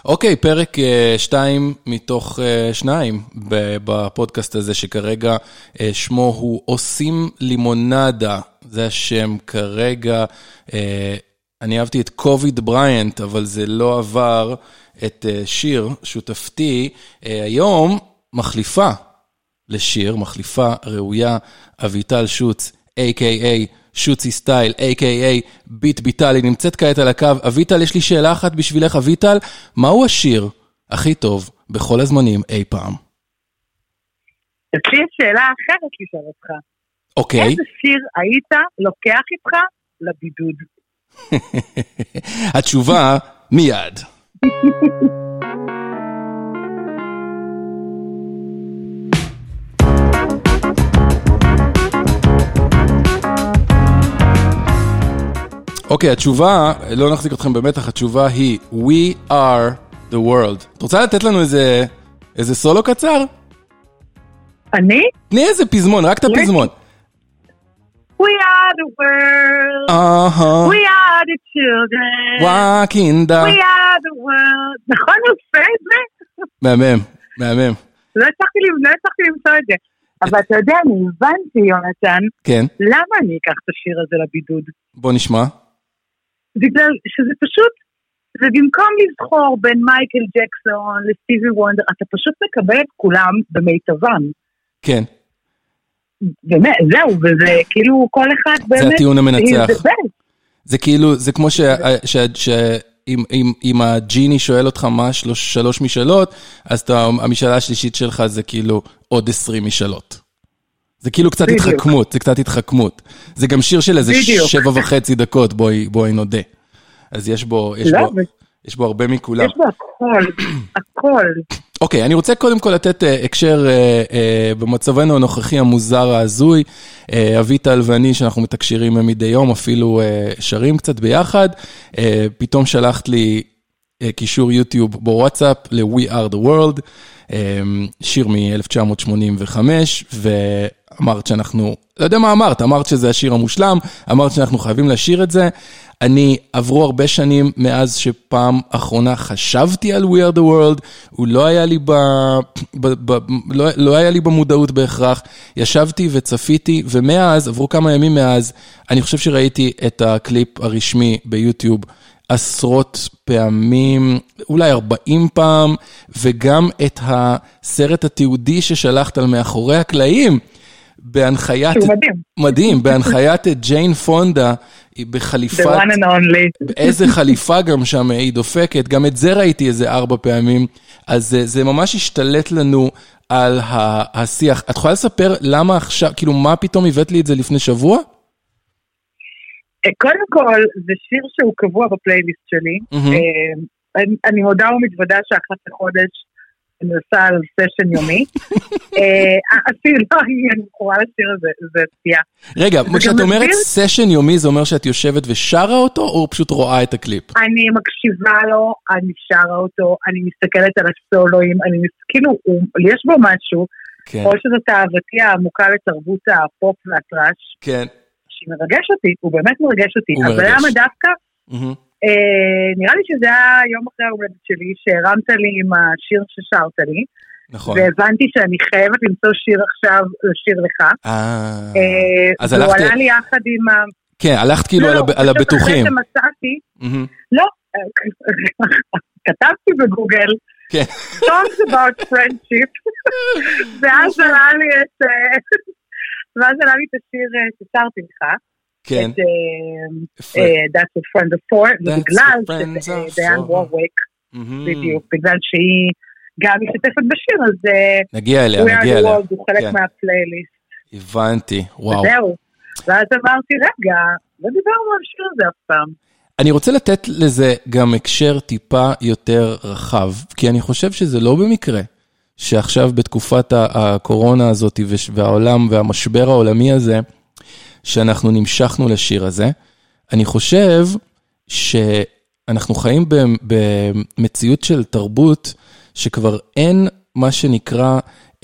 אוקיי, פרק 2 מתוך 2 בפודקאסט הזה, שכרגע שמו הוא עושים לימונדה, זה השם כרגע. אני אהבתי את קוביד בריינט, אבל זה לא עבר את שיר, שותפתי. היום מחליפה לשיר, מחליפה ראויה, אביטל שוץ, a.k.a. שוצי סטייל, a.k.a. ביט ביטל, היא נמצאת כעת על הקו. אביטל, יש לי שאלה אחת בשבילך, אביטל, מהו השיר הכי טוב בכל הזמנים אי פעם? יש לי שאלה אחרת לשאול אותך. אוקיי. איזה שיר היית לוקח איתך לבידוד? התשובה, מיד. אוקיי, התשובה, לא נחזיק אתכם במתח, התשובה היא We are the world. את רוצה לתת לנו איזה סולו קצר? אני? תני איזה פזמון, רק את הפזמון. We are the world. We are the children. וואקינדה. We are the world. נכון, הוא עושה את זה? מהמם. לא הצלחתי למצוא את זה. אבל אתה יודע, אני הבנתי, יונתן, כן. למה אני אקח את השיר הזה לבידוד? בוא נשמע. בגלל שזה פשוט, זה במקום לבחור בין מייקל ג'קסון לסטיבי וונדר, אתה פשוט מקבל את כולם במיטבם. כן. באמת, זהו, וזה כאילו כל אחד באמת... זה הטיעון המנצח. זה כאילו, זה כמו שאם הג'יני שואל אותך מה 3 משאלות, אז המשאלה השלישית שלך זה כאילו עוד 20 משאלות. זה כאילו קצת התחכמות, זה גם שיר של איזה 7.5 דקות, בואי נודה. אז יש בו הרבה מכולם. יש בו הכל. אוקיי, אני רוצה קודם כל לתת הקשר במצבנו הנוכחי המוזר ההזוי, אביטל ואני שאנחנו מתקשרים מדי יום, אפילו שרים קצת ביחד, פתאום שלחת לי קישור יוטיוב בוואטסאפ ל-We are the world, שיר מ-1985, ואמרת שאנחנו, לא יודע מה אמרת שזה השיר המושלם, אמרת שאנחנו חייבים לשיר את זה. עברו הרבה שנים מאז שפעם אחרונה חשבתי על We are the world, הוא לא היה לי במודעות בהכרח, ישבתי וצפיתי, ומאז, עברו כמה ימים מאז, אני חושב שראיתי את הקליפ הרשמי ביוטיוב, עשרות פעמים, אולי 40 פעם, וגם את הסרט התיעודי ששלחת על מאחורי הקלעים, בהנחיית, מדהים, בהנחיית ג'יין פונדה, בחליפת, the one and only. איזה חליפה גם שם היא דופקת, גם את זה ראיתי איזה 4 פעמים, אז זה ממש השתלט לנו על השיח. את יכולה לספר למה עכשיו, כאילו מה פתאום הבאת לי את זה לפני שבוע? קודם כל, זה שיר שהוא קבוע בפלייליסט שלי. אני מודה ומתוודה שאחת לחודש אני עושה על סשן יומי. אפילו לא, אני מכורה לשיר הזה, זה תהיה. רגע, כשאת אומרת סשן יומי, זה אומר שאת יושבת ושרה אותו, או פשוט רואה את הקליפ? אני מקשיבה לו, אני שרה אותו, אני מסתכלת על הסולואים, כאילו, יש בו משהו, או שזאת אהבתי העמוקה לתרבות הפופ והטראש. כן. שמרגש אותי, הוא באמת מרגש אותי. אבל למה דווקא? נראה לי שזה היה יום אחרי ההולדת שלי, שהרמת לי עם השיר ששרת לי, והבנתי שאני חייבת למצוא שיר עכשיו לשיר לך. והוא עלה לי יחד עם... כן, הלכת כאילו על הבטוחים. לא, כתבתי בגוגל, songs about friendship, ואז עלה לי את השיר ששרתי לך. כן. That's a friend of four, ובגלל שדיין וורוויק, בדיוק, בגלל שהיא גם משתתפת בשיר, אז נגיע אליה. הוא חלק מהפלייליסט. הבנתי, וואו. וזהו, ואז אמרתי, רגע, לא דיברנו על שיר הזה אף פעם. אני רוצה לתת לזה גם הקשר טיפה יותר רחב, כי אני חושב שזה לא במקרה, שעכשיו בתקופת הקורונה הזאת והעולם והמשבר העולמי הזה, שאנחנו נמשכנו לשיר הזה. אני חושב שאנחנו חיים במציאות של תרבות, שכבר אין מה שנקרא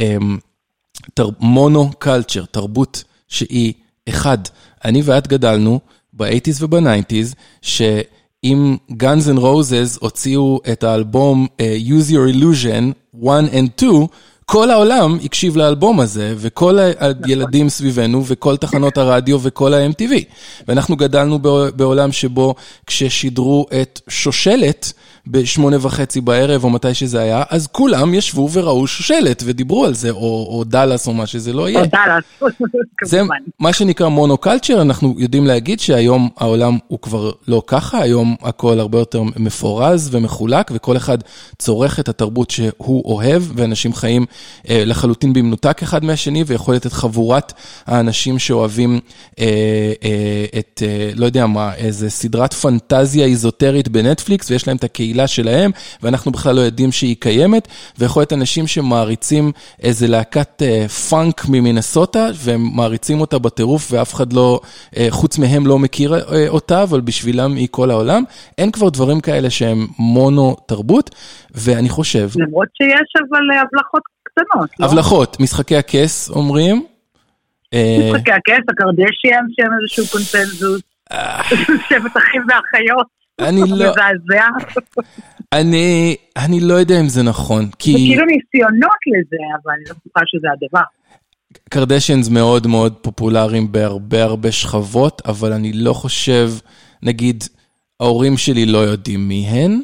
מונו-קלצ'ר, תרבות שהיא אחד. אני ואת גדלנו ב-80s וב-90s, אם Guns N' Roses הוציאו את האלבום Use Your Illusion 1 and 2, כל העולם הקשיב לאלבום הזה, וכל הילדים סביבנו, וכל תחנות הרדיו, וכל ה-MTV. ואנחנו גדלנו בעולם שבו, כששידרו את שושלת, ב8:30 בערב, או מתי שזה היה, אז כולם ישבו וראו שושלת, ודיברו על זה, או דלס, או מה שזה לא יהיה. או דלס, זה מה שנקרא מונוקלצ'ר, אנחנו יודעים להגיד שהיום העולם הוא כבר לא ככה, היום הכל הרבה יותר מפורז ומחולק, וכל אחד צורך את התרבות שהוא אוהב, ואנשים חיים לחלוטין במנותק אחד מהשני, ויכול להיות את חבורת האנשים שאוהבים את, לא יודע מה, איזה סדרת פנטזיה איזוטרית בנטפליקס, ויש להם את הקהילה שלהם, ואנחנו בכלל לא יודעים שהיא קיימת, ויכול להיות אנשים שמעריצים איזה להקת פאנק ממינסוטה, והם מעריצים אותה בטירוף, ואף אחד לא, חוץ מהם לא מכיר אותה, אבל בשבילם היא כל העולם. אין כבר דברים כאלה שהם מונו תרבות, ואני חושב... למרות שיש אבל הבלחות קטנות, לא? הבלחות, משחקי הכס אומרים. משחקי הכס, הקרדשיאן, שהם איזשהו קונצנזוס, שבט אחים ואחיות. אני לא יודע אם זה נכון, כי... זה כאילו ניסיונות לזה, אבל אני לא חושב שזה הדבר. קרדשיאנס מאוד מאוד פופולריים בהרבה שכבות, אבל אני לא חושב, נגיד, ההורים שלי לא יודעים מי הן,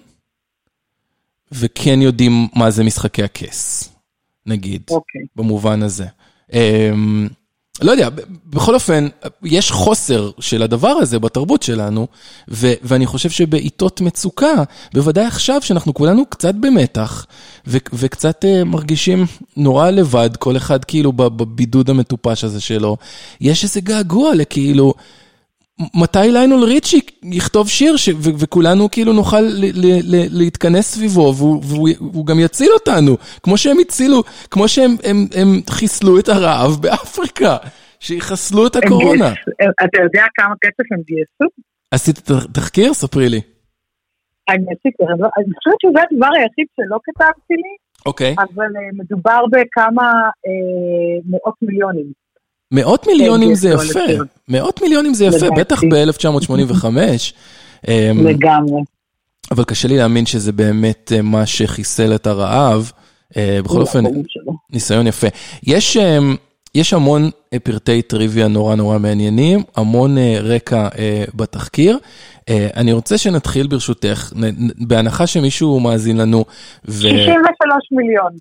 וכן יודעים מה זה משחקי הכס, נגיד, במובן הזה. לא יודע, בכל אופן, יש חוסר של הדבר הזה בתרבות שלנו, ואני חושב שבעיתות מצוקה, בוודאי עכשיו שאנחנו כולנו קצת במתח, וקצת מרגישים נורא לבד, כל אחד כאילו בבידוד המטופש הזה שלו, יש איזה געגוע לכאילו, מתי ליונל ריצ'י יכתוב שיר וכולנו כאילו נוכל להתכנס סביבו, והוא גם יציל אותנו, כמו שהם הצילו, כמו שהם חיסלו את הרעב באפריקה, שיחסלו את הקורונה. אתה יודע כמה כסף הם גייסו? עשית תחקיר? ספרי לי. אני חושבת שזה הדבר היחיד שלא כתבתי לי, אוקיי. אבל מדובר בכמה מאות מיליונים. 100 מיליונים זה יפה, 100 מיליונים זה יפה, בטח ב-1985. לגמרי. אבל קשה לי להאמין שזה באמת מה שחיסל את הרעב, בכל אופן, ניסיון יפה. יש המון פרטי טריוויה נורא מעניינים, המון רקע בתחקיר. אני רוצה שנתחיל ברשותך, בהנחה שמישהו מאזין לנו. 63 מיליון.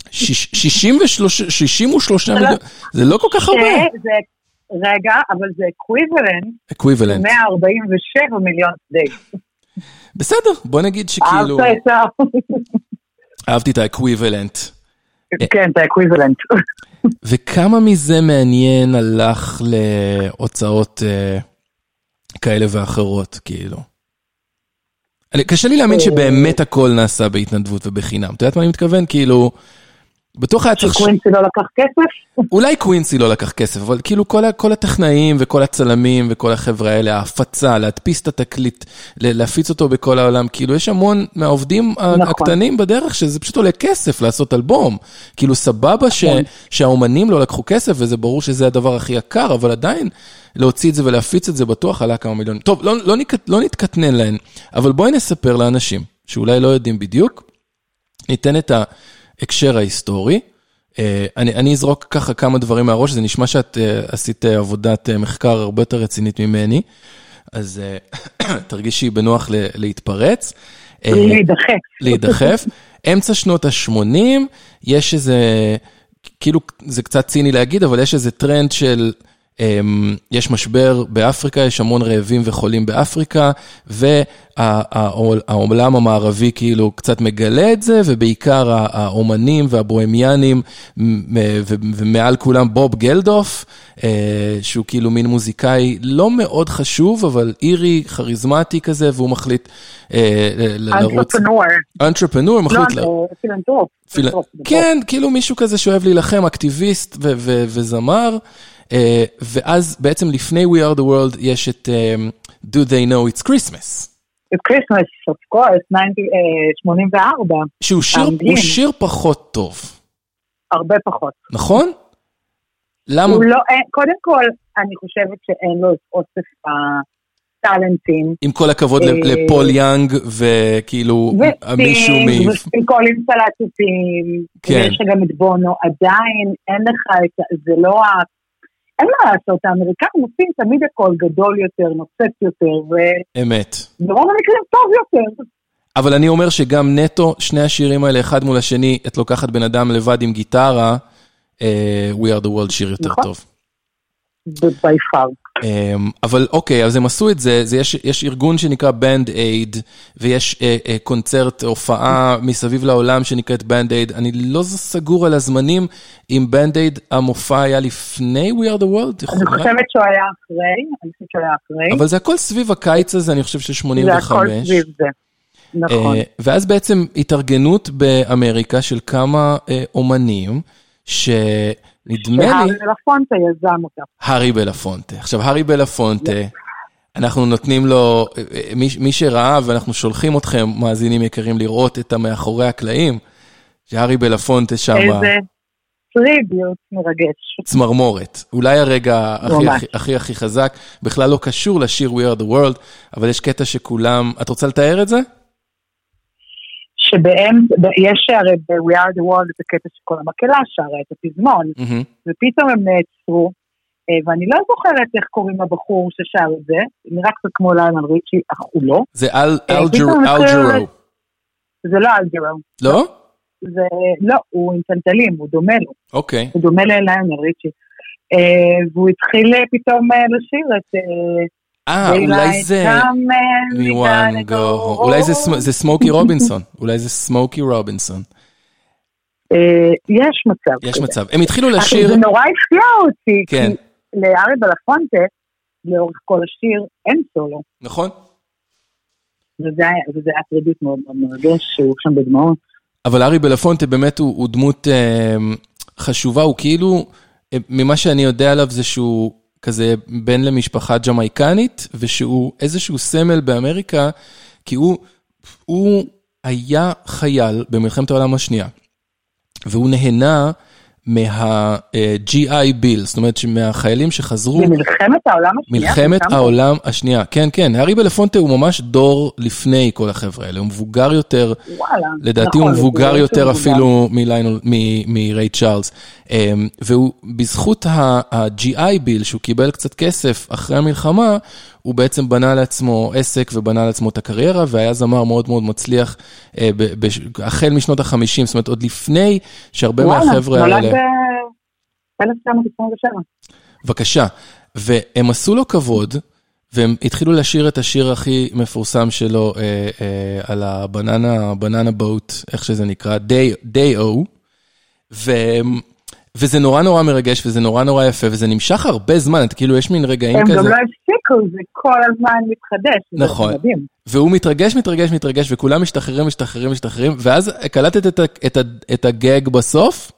63 מיליון, זה לא כל כך הרבה. רגע, אבל זה אקוויבלנט. 147 מיליון די. בסדר, בוא נגיד שכאילו... אהבתי את האקוויבלנט. כן, את האקוויבלנט. וכמה מזה מעניין הלך להוצאות כאלה ואחרות, כאילו? קשה לי להאמין שבאמת הכל נעשה בהתנדבות ובחינם. אתה יודעת מה אני מתכוון? כאילו, בטוח היה צריך... שקווינסי לא לקח כסף? אולי קווינסי לא לקח כסף, אבל כאילו כל הטכנאים וכל הצלמים וכל החבר'ה האלה, ההפצה, להדפיס את התקליט, להפיץ אותו בכל העולם, כאילו יש המון מהעובדים הקטנים בדרך שזה פשוט עולה כסף לעשות אלבום. כאילו סבבה שהאומנים לא לקחו כסף, וזה ברור שזה הדבר הכי יקר, אבל עדיין להוציא את זה ולהפיץ את זה בטוח עלה כמה מיליון. טוב, לא נתקטנן להן, אבל בואי נספר לאנשים שאולי לא יודעים בדיוק, ניתן את ההקשר ההיסטורי. אני אזרוק ככה כמה דברים מהראש, זה נשמע שאת עשית עבודת מחקר הרבה יותר רצינית ממני, אז תרגישי בנוח להתפרץ. להידחף. אמצע שנות ה-80, יש איזה, כאילו זה קצת ציני להגיד, אבל יש איזה טרנד של... יש משבר באפריקה, יש המון רעבים וחולים באפריקה, והעולם המערבי כאילו קצת מגלה את זה, ובעיקר האומנים והבוהמיאנים, ומעל כולם בוב גלדוף, שהוא כאילו מין מוזיקאי לא מאוד חשוב, אבל אירי, כריזמטי כזה, והוא מחליט לרוץ... אנטרפנור, מחליט... פילנטרופ. כן, כאילו מישהו כזה שאוהב להילחם, אקטיביסט וזמר, ואז בעצם לפני We Are The World יש את Do They Know It's Christmas. It's Christmas, of course, 84. שהוא שיר פחות טוב. הרבה פחות. נכון? למה? קודם כל, אני חושבת שאין לו את אוסף טלנטים. עם כל הכבוד לפול יאנג, וכאילו מישהו וסטינקול עם סלטופים, ויש גם את בונו, עדיין אין לך זה לא אין מה לעשות, האמריקאים עושים תמיד הכל גדול יותר, נוצץ יותר, אמת. ברוב המקרים טוב יותר. אבל אני אומר שגם נטו, שני השירים האלה, אחד מול השני, את לוקחת בן אדם לבד עם גיטרה, We are the world שיר יותר טוב. by far. אבל אוקיי, אז הם עשו את זה, יש ארגון שנקרא Band Aid, ויש קונצרט, הופעה מסביב לעולם שנקראת Band Aid, אני לא סגור על הזמנים, עם Band Aid המופע היה לפני We are the world? אני חושבת שהוא היה אחרי, אבל זה הכל סביב הקיץ הזה, אני חושב של 85. זה הכל סביב זה. נכון. ואז בעצם התארגנות באמריקה של כמה אומנים, שנדמה לי... שהארי בלפונטה יזם אותה. הארי בלפונטה. עכשיו, הארי בלפונטה, אנחנו נותנים לו, מי שראה, ואנחנו שולחים אתכם, מאזינים יקרים, לראות את המאחורי הקלעים, שהארי בלפונטה שם... איזה טריביות מרגש. צמרמורת. אולי הרגע הכי חזק, בכלל לא קשור לשיר We are the world, אבל יש קטע שכולם... את רוצה לתאר את זה? שבהם, יש הרי ב-We are the world את הקטע שכל המקהלה שרה, את הפזמון, ופתאום הם נעצרו, ואני לא זוכרת איך קוראים לבחור ששר את זה, נראה קצת כמו ליונל ריצ'י, אך הוא לא. זה אלג'רו. זה לא אלג'רו. לא? לא, הוא עם טלטלים, הוא דומה לו. אוקיי. הוא דומה לליונל ריצ'י. והוא התחיל פתאום לשיר את... אולי זה... We wanna go home. אולי זה סמוקי רובינסון. אולי זה סמוקי רובינסון. יש מצב. יש מצב. הם התחילו לשיר... זה נורא הפתיע אותי, כי לארי בלפונטה, לאורך כל השיר, אין סולו. נכון. וזה היה קרדיט מאוד מאוד מרגש, שהוא שם בדמעות. אבל ארי בלפונטה באמת הוא דמות חשובה, הוא כאילו, ממה שאני יודע עליו זה שהוא... כזה בן למשפחה ג'מייקנית, ושהוא איזשהו סמל באמריקה, כי הוא היה חייל במלחמת העולם השנייה, והוא נהנה מה-GI ביל, זאת אומרת שמהחיילים שחזרו... במלחמת העולם השנייה? מלחמת העולם השנייה, כן, כן. הארי בלפונטה הוא ממש דור לפני כל החבר'ה האלה, הוא מבוגר יותר, לדעתי הוא מבוגר יותר אפילו מריי צ'ארלס, והוא בזכות ה-GI ביל, שהוא קיבל קצת כסף אחרי המלחמה, הוא בעצם בנה לעצמו עסק ובנה לעצמו את הקריירה, והיה זמר מאוד מאוד מצליח החל משנות ה-50, זאת אומרת עוד לפני שהרבה מהחבר'ה האלה... נולד ב-1927. בבקשה, והם עשו לו כבוד, והם התחילו לשיר את השיר הכי מפורסם שלו על הבננה בוט, איך שזה נקרא, Day-O, וזה נורא נורא מרגש, וזה נורא נורא יפה, וזה נמשך הרבה זמן, כאילו יש מין רגעים כזה. הם גם לא הפסיקו, זה כל הזמן מתחדש. נכון, והוא מתרגש, וכולם משתחררים, ואז קלטת את הגג בסוף?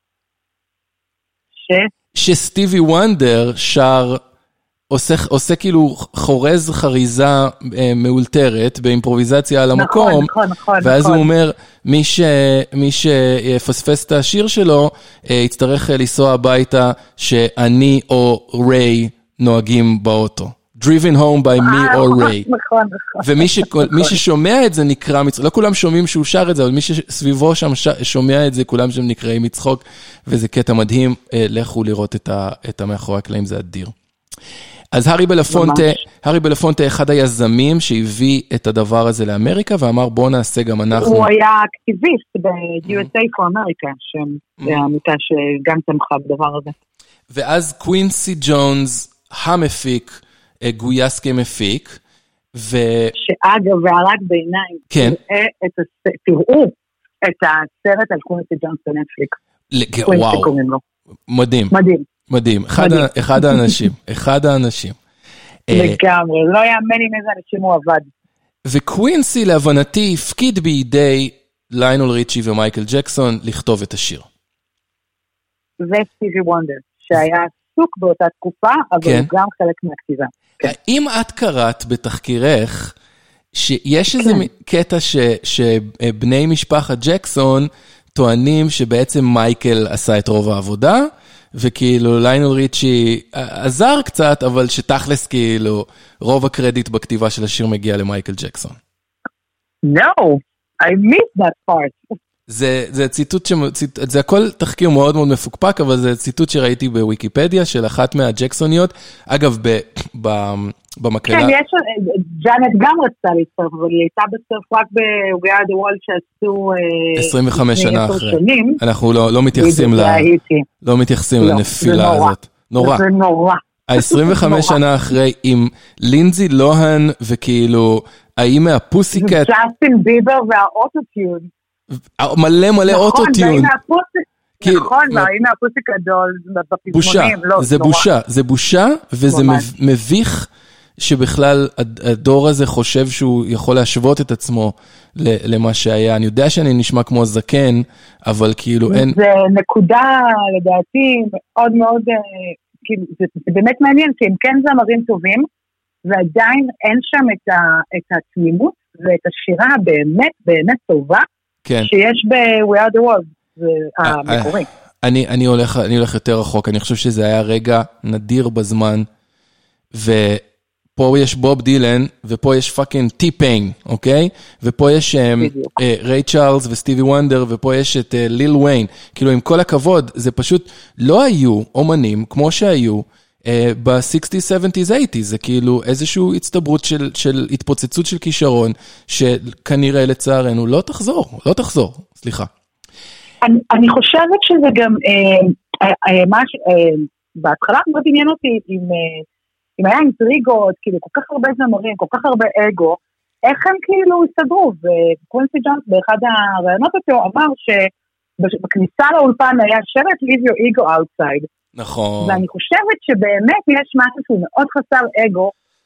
שסטיבי וונדר שר, עושה כאילו חורז חריזה מאולתרת באימפרוביזציה על המקום, ואז הוא אומר, מי שפספס את השיר שלו, יצטרך לנסוע הביתה שאני או ריי נוהגים באוטו. Driven home by me or Ray. נכון. ומי ששומע את זה נקרא מצחוק, לא כולם שומעים שהוא שר את זה, אבל מי שסביבו שם שומע את זה, כולם שם נקראים מצחוק, וזה קטע מדהים, לכו לראות את המאחורי הקלעים, זה אדיר. אז הארי בלפונטה אחד היזמים שהביא את הדבר הזה לאמריקה, ואמר בוא נעשה גם אנחנו. הוא היה אקטיביסט ב-USA for America, שהעמותה שגם תמכה בדבר הזה. ואז קווינסי ג'ונס, המפיק, גויס כמפיק, שאגב, והרג בעיניים, כן. תראו את הסרט על קווינסי ג'ונס בנטפליקס. וואו, מדהים. אחד האנשים. לגמרי, לא יאמן עם איזה אנשים הוא עבד. וקווינסי להבנתי הפקיד בידי ליונל ריצ'י ומייקל ג'קסון לכתוב את השיר. וסטיבי וונדר, שהיה עסוק באותה תקופה, אבל הוא גם חלק מהכתיבה. האם את קראת בתחקירך, שיש איזה קטע שבני משפחת ג'קסון טוענים שבעצם מייקל עשה את רוב העבודה, וכאילו ליונל ריצ'י עזר קצת, אבל שתכלס כאילו רוב הקרדיט בכתיבה של השיר מגיע למייקל ג'קסון. No, I missed that part. זה ציטוט, זה הכל תחקיר מאוד מאוד מפוקפק, אבל זה ציטוט שראיתי בוויקיפדיה של אחת מהג'קסוניות. אגב, במקהלה... כן, יש, ג'אנט גם רצתה להצטרף, אבל היא הייתה בסוף רק בהוגיה דה וול שעשו... 25 שנה אחרי. אנחנו לא מתייחסים לנפילה הזאת. נורא. זה נורא. 25 שנה אחרי עם לינזי לוהן וכאילו, האם מהפוסיקט... ג'סטין ביבר והאוטוטיון. מלא אוטוטיון. נכון, והנה הפוסיק גדול בפזמונים. זה בושה, וזה מביך שבכלל הדור הזה חושב שהוא יכול להשוות את עצמו למה שהיה. אני יודע שאני נשמע כמו זקן, אבל כאילו אין... זה נקודה, לדעתי, מאוד מאוד, זה באמת מעניין, כי הם כן זמרים טובים, ועדיין אין שם את התמימות, ואת השירה באמת, באמת טובה, שיש ב-We Are The World, זה המקורי. אני הולך יותר רחוק, אני חושב שזה היה רגע נדיר בזמן, ופה יש בוב דילן, ופה יש פאקינג טי-פיין, אוקיי? ופה יש ריי צ'ארלס וסטיבי וונדר, ופה יש את ליל ויין. כאילו, עם כל הכבוד, זה פשוט לא היו אומנים כמו שהיו ב-60s, 70s, 80s. זה כאילו איזושהי הצטברות של התפוצצות של כישרון, שכנראה לצערנו לא תחזור, סליחה. אני חושבת שזה גם, בהתחלה מאוד עניין אותי אם היה אינטריגות, כאילו כל כך הרבה זמרים, כל כך הרבה אגו, איך הם כאילו הסתדרו, וקווינסי ג'ונס באחד הרעיונות אותו אמר שבכניסה לאולפן היה שרת Leave Your Ego Outside. נכון. ואני חושבת שבאמת יש משהו שהוא מאוד חסר אגו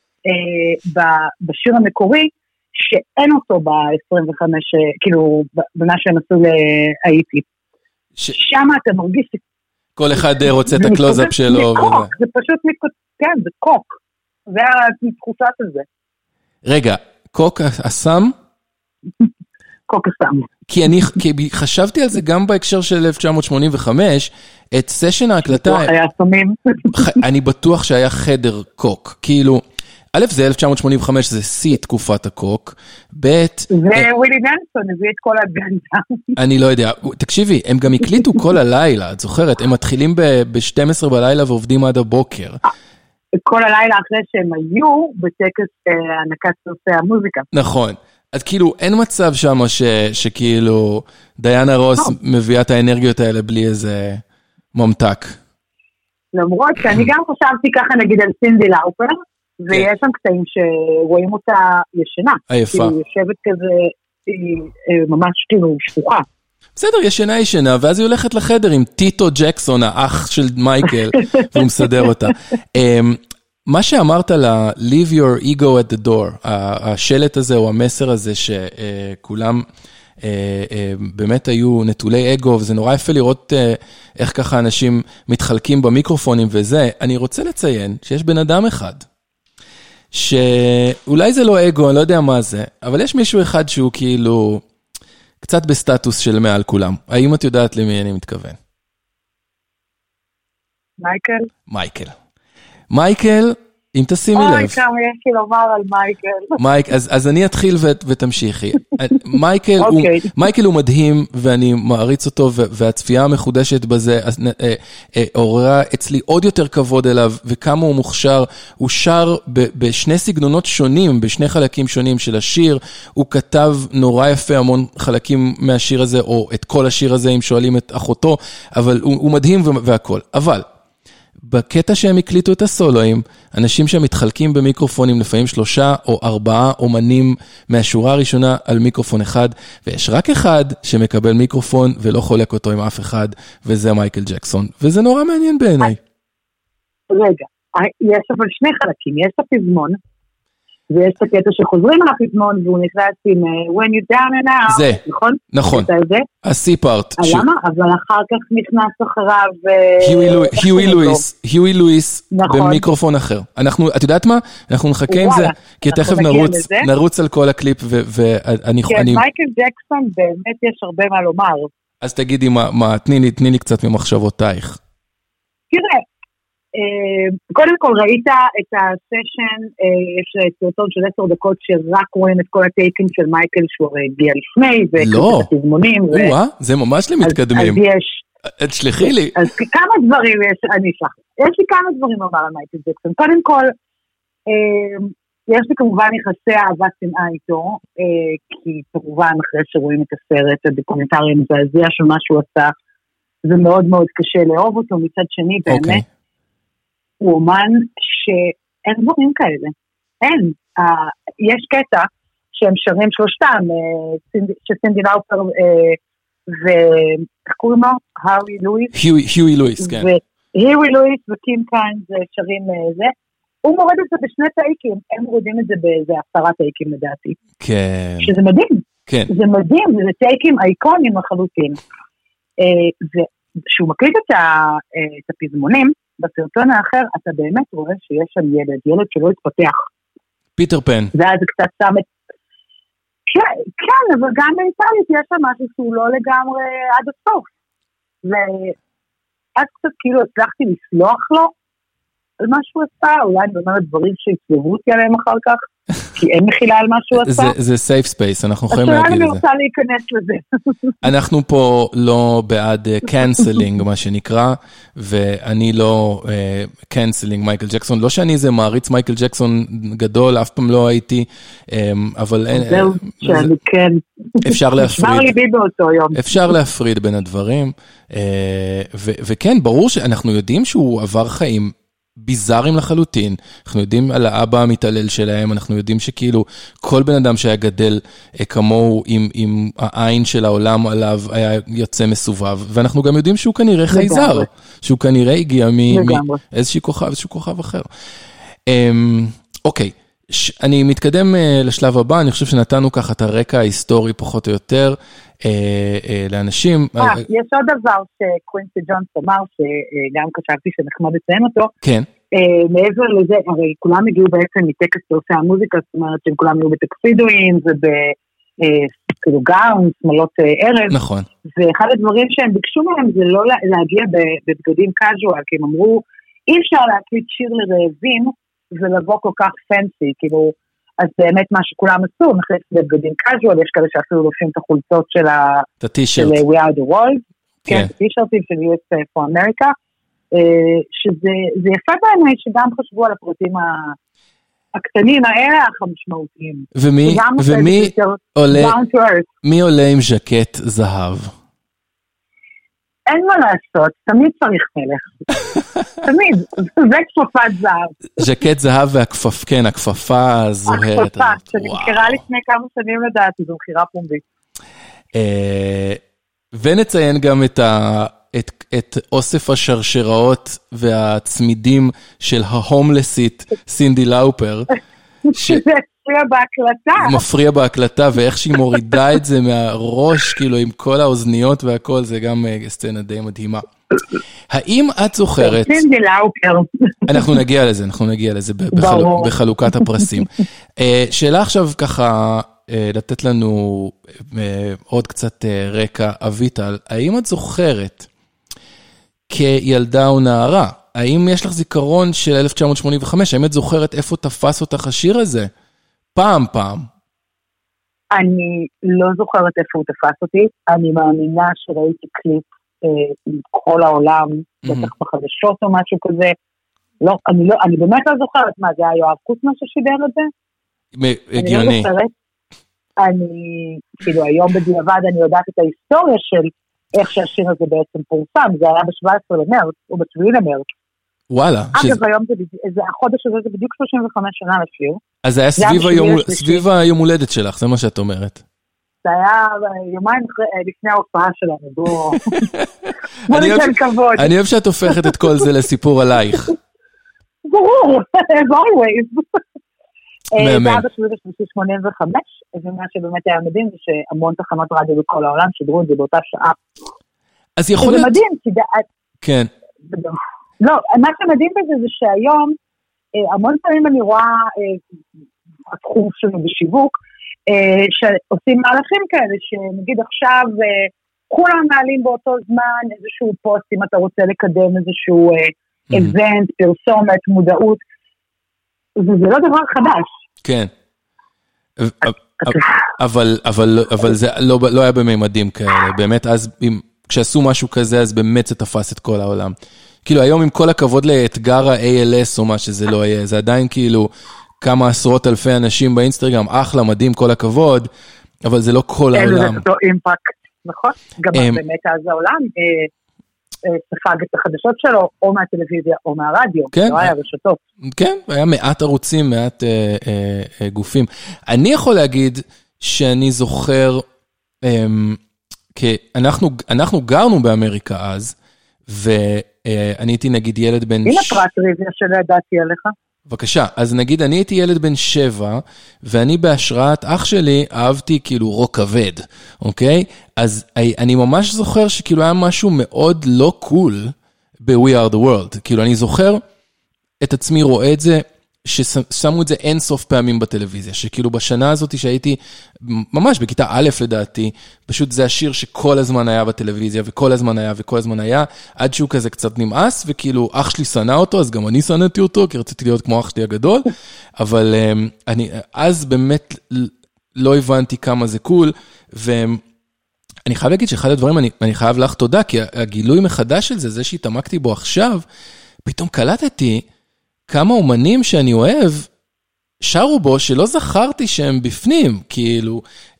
בשיר המקורי, שאין אותו ב-25, כאילו, במה שהם עשו להאיטי. שם אתה מרגיש... כל אחד רוצה את הקלוזאפ שלו. זה פשוט, כן, זה קוק. זה התחושה של זה. רגע, קוק הסם? קוק הסם. כי חשבתי על זה גם בהקשר של 1985, את סשן ההקלטה... היה סמים. אני בטוח שהיה חדר קוק. כאילו... א', זה 1985, זה שיא תקופת הקוק, ב', ווילי נלסון הביא את כל הגנדה. אני לא יודע, תקשיבי, הם גם הקליטו כל הלילה, את זוכרת, הם מתחילים ב-12 בלילה ועובדים עד הבוקר. כל הלילה אחרי שהם היו בטקס הענקת סרטי המוזיקה. נכון, אז כאילו אין מצב שם שכאילו דיינה רוס מביאה את האנרגיות האלה בלי איזה ממתק. למרות שאני גם חשבתי ככה נגיד על סינדי לאופר, ויש שם קטעים שרואים אותה ישנה. היפה. כאילו יושבת כזה, היא ממש כאילו שפוכה. בסדר, ישנה, ואז היא הולכת לחדר עם טיטו ג'קסון, האח של מייקל, והוא מסדר אותה. מה שאמרת לה, leave your ego at the door, השלט הזה או המסר הזה שכולם באמת היו נטולי אגו, וזה נורא יפה לראות איך ככה אנשים מתחלקים במיקרופונים וזה. אני רוצה לציין שיש בן אדם אחד, שאולי זה לא אגו, אני לא יודע מה זה, אבל יש מישהו אחד שהוא כאילו קצת בסטטוס של מעל כולם. האם את יודעת למי אני מתכוון? מייקל, אם תשימי לב. אוי, כמה יש לי לומר על מייקל. אז אני אתחיל ותמשיכי. מייקל הוא מדהים, ואני מעריץ אותו, והצפייה המחודשת בזה עוררה אצלי עוד יותר כבוד אליו, וכמה הוא מוכשר. הוא שר בשני סגנונות שונים, בשני חלקים שונים של השיר. הוא כתב נורא יפה המון חלקים מהשיר הזה, או את כל השיר הזה, אם שואלים את אחותו, אבל הוא מדהים והכל. אבל בקטע שהם הקליטו את הסולואים, אנשים שמתחלקים במיקרופונים, לפעמים 3 או 4 אומנים מהשורה הראשונה על מיקרופון אחד, ויש רק אחד שמקבל מיקרופון ולא חולק אותו עם אף אחד, וזה מייקל ג'קסון, וזה נורא מעניין בעיניי. רגע, יש אבל שני חלקים, יש את הפזמון, ויש את הקטע שחוזרים על הפזמון, והוא נכנס עם When you down and out, זה, נכון, הסי פארט. למה? אבל אחר כך נכנס אחריו היואי לואיס במיקרופון אחר. את יודעת מה? אנחנו נחכה עם זה, כי תכף נרוץ על כל הקליפ, ואני... כן, מייקל ג'קסון באמת יש הרבה מה לומר. אז תגידי, תני לי קצת ממחשבותייך. קודם כל ראית את הסשן, יש סרטון של 10 דקות שרק רואים את כל הטייקים של מייקל שהוא הגיע לפני, לא, זה ממש למתקדמים. אז יש... תשלחי לי. אז כמה דברים אני אשלח. יש לי כמה דברים לומר על מייקל ג'קסון. קודם כל, יש לי כמובן יחסי אהבה שנאה איתו, כי כמובן אחרי שרואים את הסרט הדוקומנטרי המזעזע של מה שהוא עשה, זה מאוד מאוד קשה לאהוב אותו. מצד שני, באמת, הוא אומן שאין דברים כאלה. אין. יש קטע שהם שרים שלושתם, שסינדי לאופר ואיך קוראים לו? היואי לואיס, כן. היואי לואיס וקים קיינס שרים זה. הוא מורד את זה בשני טייקים, הם מורדים את זה באיזה 10 טייקים לדעתי. כן. שזה מדהים. כן. זה מדהים, זה טייקים אייקונים לחלוטין. וכשהוא מקליט את הפזמונים, בסרטון האחר אתה באמת רואה שיש שם ילד שלא התפתח. פיטר פן. ואז זה קצת שם את... כן, אבל גם מנטלית יש שם משהו שהוא לא לגמרי עד הסוף. ואז קצת כאילו הצלחתי לסלוח לו על מה שהוא עשה, אולי אני אומרת דברים שהצלבו אותי עליהם אחר כך, כי אין מחילה על מה שהוא עשה. זה safe space, אנחנו יכולים להגיד את זה. השאלה אני רוצה להיכנס לזה. אנחנו פה לא בעד canceling, מה שנקרא, ואני לא canceling מייקל ג'קסון, לא שאני איזה מעריץ מייקל ג'קסון גדול, אף פעם לא הייתי, אבל זהו, שאני כן. אפשר להפריד. נשמר ליבי באותו יום. אפשר להפריד בין הדברים, וכן, ברור שאנחנו יודעים שהוא עבר חיים, ביזארים לחלוטין, אנחנו יודעים על האבא המתעלל שלהם, אנחנו יודעים שכאילו כל בן אדם שהיה גדל כמוהו עם העין של העולם עליו היה יוצא מסובב, ואנחנו גם יודעים שהוא כנראה חייזר, שהוא כנראה הגיע מאיזשהו כוכב אחר. אוקיי, אני מתקדם לשלב הבא, אני חושב שנתנו ככה את הרקע ההיסטורי פחות או יותר לאנשים. יש עוד דבר שקווינסי ג'ונס אמר, שגם חשבתי שנחמד לציין אותו. כן. מעבר לזה, הרי כולם הגיעו בעצם מטקס שעושה המוזיקה, זאת אומרת שהם כולם היו בטקסידואים, ובכאילו גאון, שמלות ערב. נכון. ואחד הדברים שהם ביקשו מהם זה לא להגיע בבגדים קאז'ואל, כי הם אמרו, אי אפשר להקליט שיר לרעבים, ולבוא כל כך פנסי, כאילו, אז באמת מה שכולם עשו, נחליט בבגדים קאז'ואל, יש כאלה שאפילו לובשים את החולצות של We Are The World, כן, את הטישרטים של US for America, שזה יפה בעיניי שגם חשבו על הפרטים הקטנים האלה, אך המשמעותיים. ומי עולה עם ז'קט זהב? אין מה לעשות, תמיד צריך מלך. תמיד, זה כפפת זהב. ז'קט זהב והכפף, כן, הכפפה הזוהרת. הכפפה, שנמכרה לפני כמה שנים לדעתי, זו מכירה פומבית. ונציין גם את אוסף השרשראות והצמידים של ההומלסית סינדי לאופר. זה מפריע בהקלטה. מפריע בהקלטה, ואיך שהיא מורידה את זה מהראש, כאילו עם כל האוזניות והכל, זה גם סצנה די מדהימה. האם את זוכרת... סינדי לאופר. אנחנו נגיע לזה בחלוקת הפרסים. שאלה עכשיו ככה, לתת לנו עוד קצת רקע, אביטל, האם את זוכרת כילדה או נערה, האם יש לך זיכרון של 1985, האם את זוכרת איפה תפס אותך השיר הזה? פעם. אני לא זוכרת איפה הוא תפס אותי, אני מאמינה שראיתי קליפ עם כל העולם, בטח בחדשות או משהו כזה, לא, אני באמת לא זוכרת מה זה היה, יואב קוסמן ששידר את זה? הגיוני. אני לא זוכרת, כאילו היום בדיעבד אני יודעת את ההיסטוריה של איך שהשיר הזה בעצם פורסם, זה היה ב-17 למרץ, או ב-7 למרץ. וואלה. אגב, היום החודש הזה זה בדיוק 35 שנה לשיר. אז זה היה סביב היום הולדת שלך, זה מה שאת אומרת. זה היה יומיים לפני ההופעה שלנו, בוא ניתן כבוד. אני אוהב שאת הופכת את כל זה לסיפור עלייך. ברור, as always. זה היה ב-85, ומה שבאמת היה מדהים זה שהמון תחנות רדיו בכל העולם שידרו את זה באותה שעה. אז יכול להיות... זה מדהים, כי זה... כן. לא, מה שמדהים בזה זה שהיום, המון פעמים אני רואה התחום שלנו בשיווק, שעושים מהלכים כאלה, שנגיד עכשיו כולם מעלים באותו זמן איזשהו פוסט, אם אתה רוצה לקדם איזשהו איבנט, פרסומת, מודעות, וזה לא דבר חדש. כן. אבל זה לא היה בממדים כאלה, באמת אז, כשעשו משהו כזה, אז באמת זה תפס את כל העולם. כאילו היום עם כל הכבוד לאתגר ה-ALS או מה שזה לא יהיה, זה עדיין כאילו כמה עשרות אלפי אנשים באינסטגרם, אחלה, מדהים, כל הכבוד, אבל זה לא כל העולם. אין לזה אותו אימפקט, נכון? גם באמת אז העולם ספג את החדשות שלו, או מהטלוויזיה או מהרדיו, לא היה רשתות. כן, היה מעט ערוצים, מעט גופים. אני יכול להגיד שאני זוכר, כי אנחנו גרנו באמריקה אז, ואני הייתי נגיד ילד בן... הנה פרט טריוויה שלא ידעתי עליך. בבקשה, אז נגיד אני הייתי ילד בן 7, ואני בהשראת אח שלי אהבתי כאילו רוק כבד, אוקיי? אז אני ממש זוכר שכאילו היה משהו מאוד לא קול ב-We Are The World. כאילו אני זוכר את עצמי רואה את זה, ששמו את זה אין סוף פעמים בטלוויזיה, שכאילו בשנה הזאת שהייתי ממש בכיתה א' לדעתי, פשוט זה השיר שכל הזמן היה בטלוויזיה, וכל הזמן היה וכל הזמן היה, עד שהוא כזה קצת נמאס, וכאילו אח שלי שנא אותו, אז גם אני שנאתי אותו, כי רציתי להיות כמו אח שלי הגדול, אבל אני אז באמת לא הבנתי כמה זה קול, ואני חייב להגיד שאחד הדברים, אני חייב לך תודה, כי הגילוי מחדש של זה, זה שהתעמקתי בו עכשיו, פתאום קלטתי, כמה אומנים שאני אוהב, שרו בו שלא זכרתי שהם בפנים, כאילו,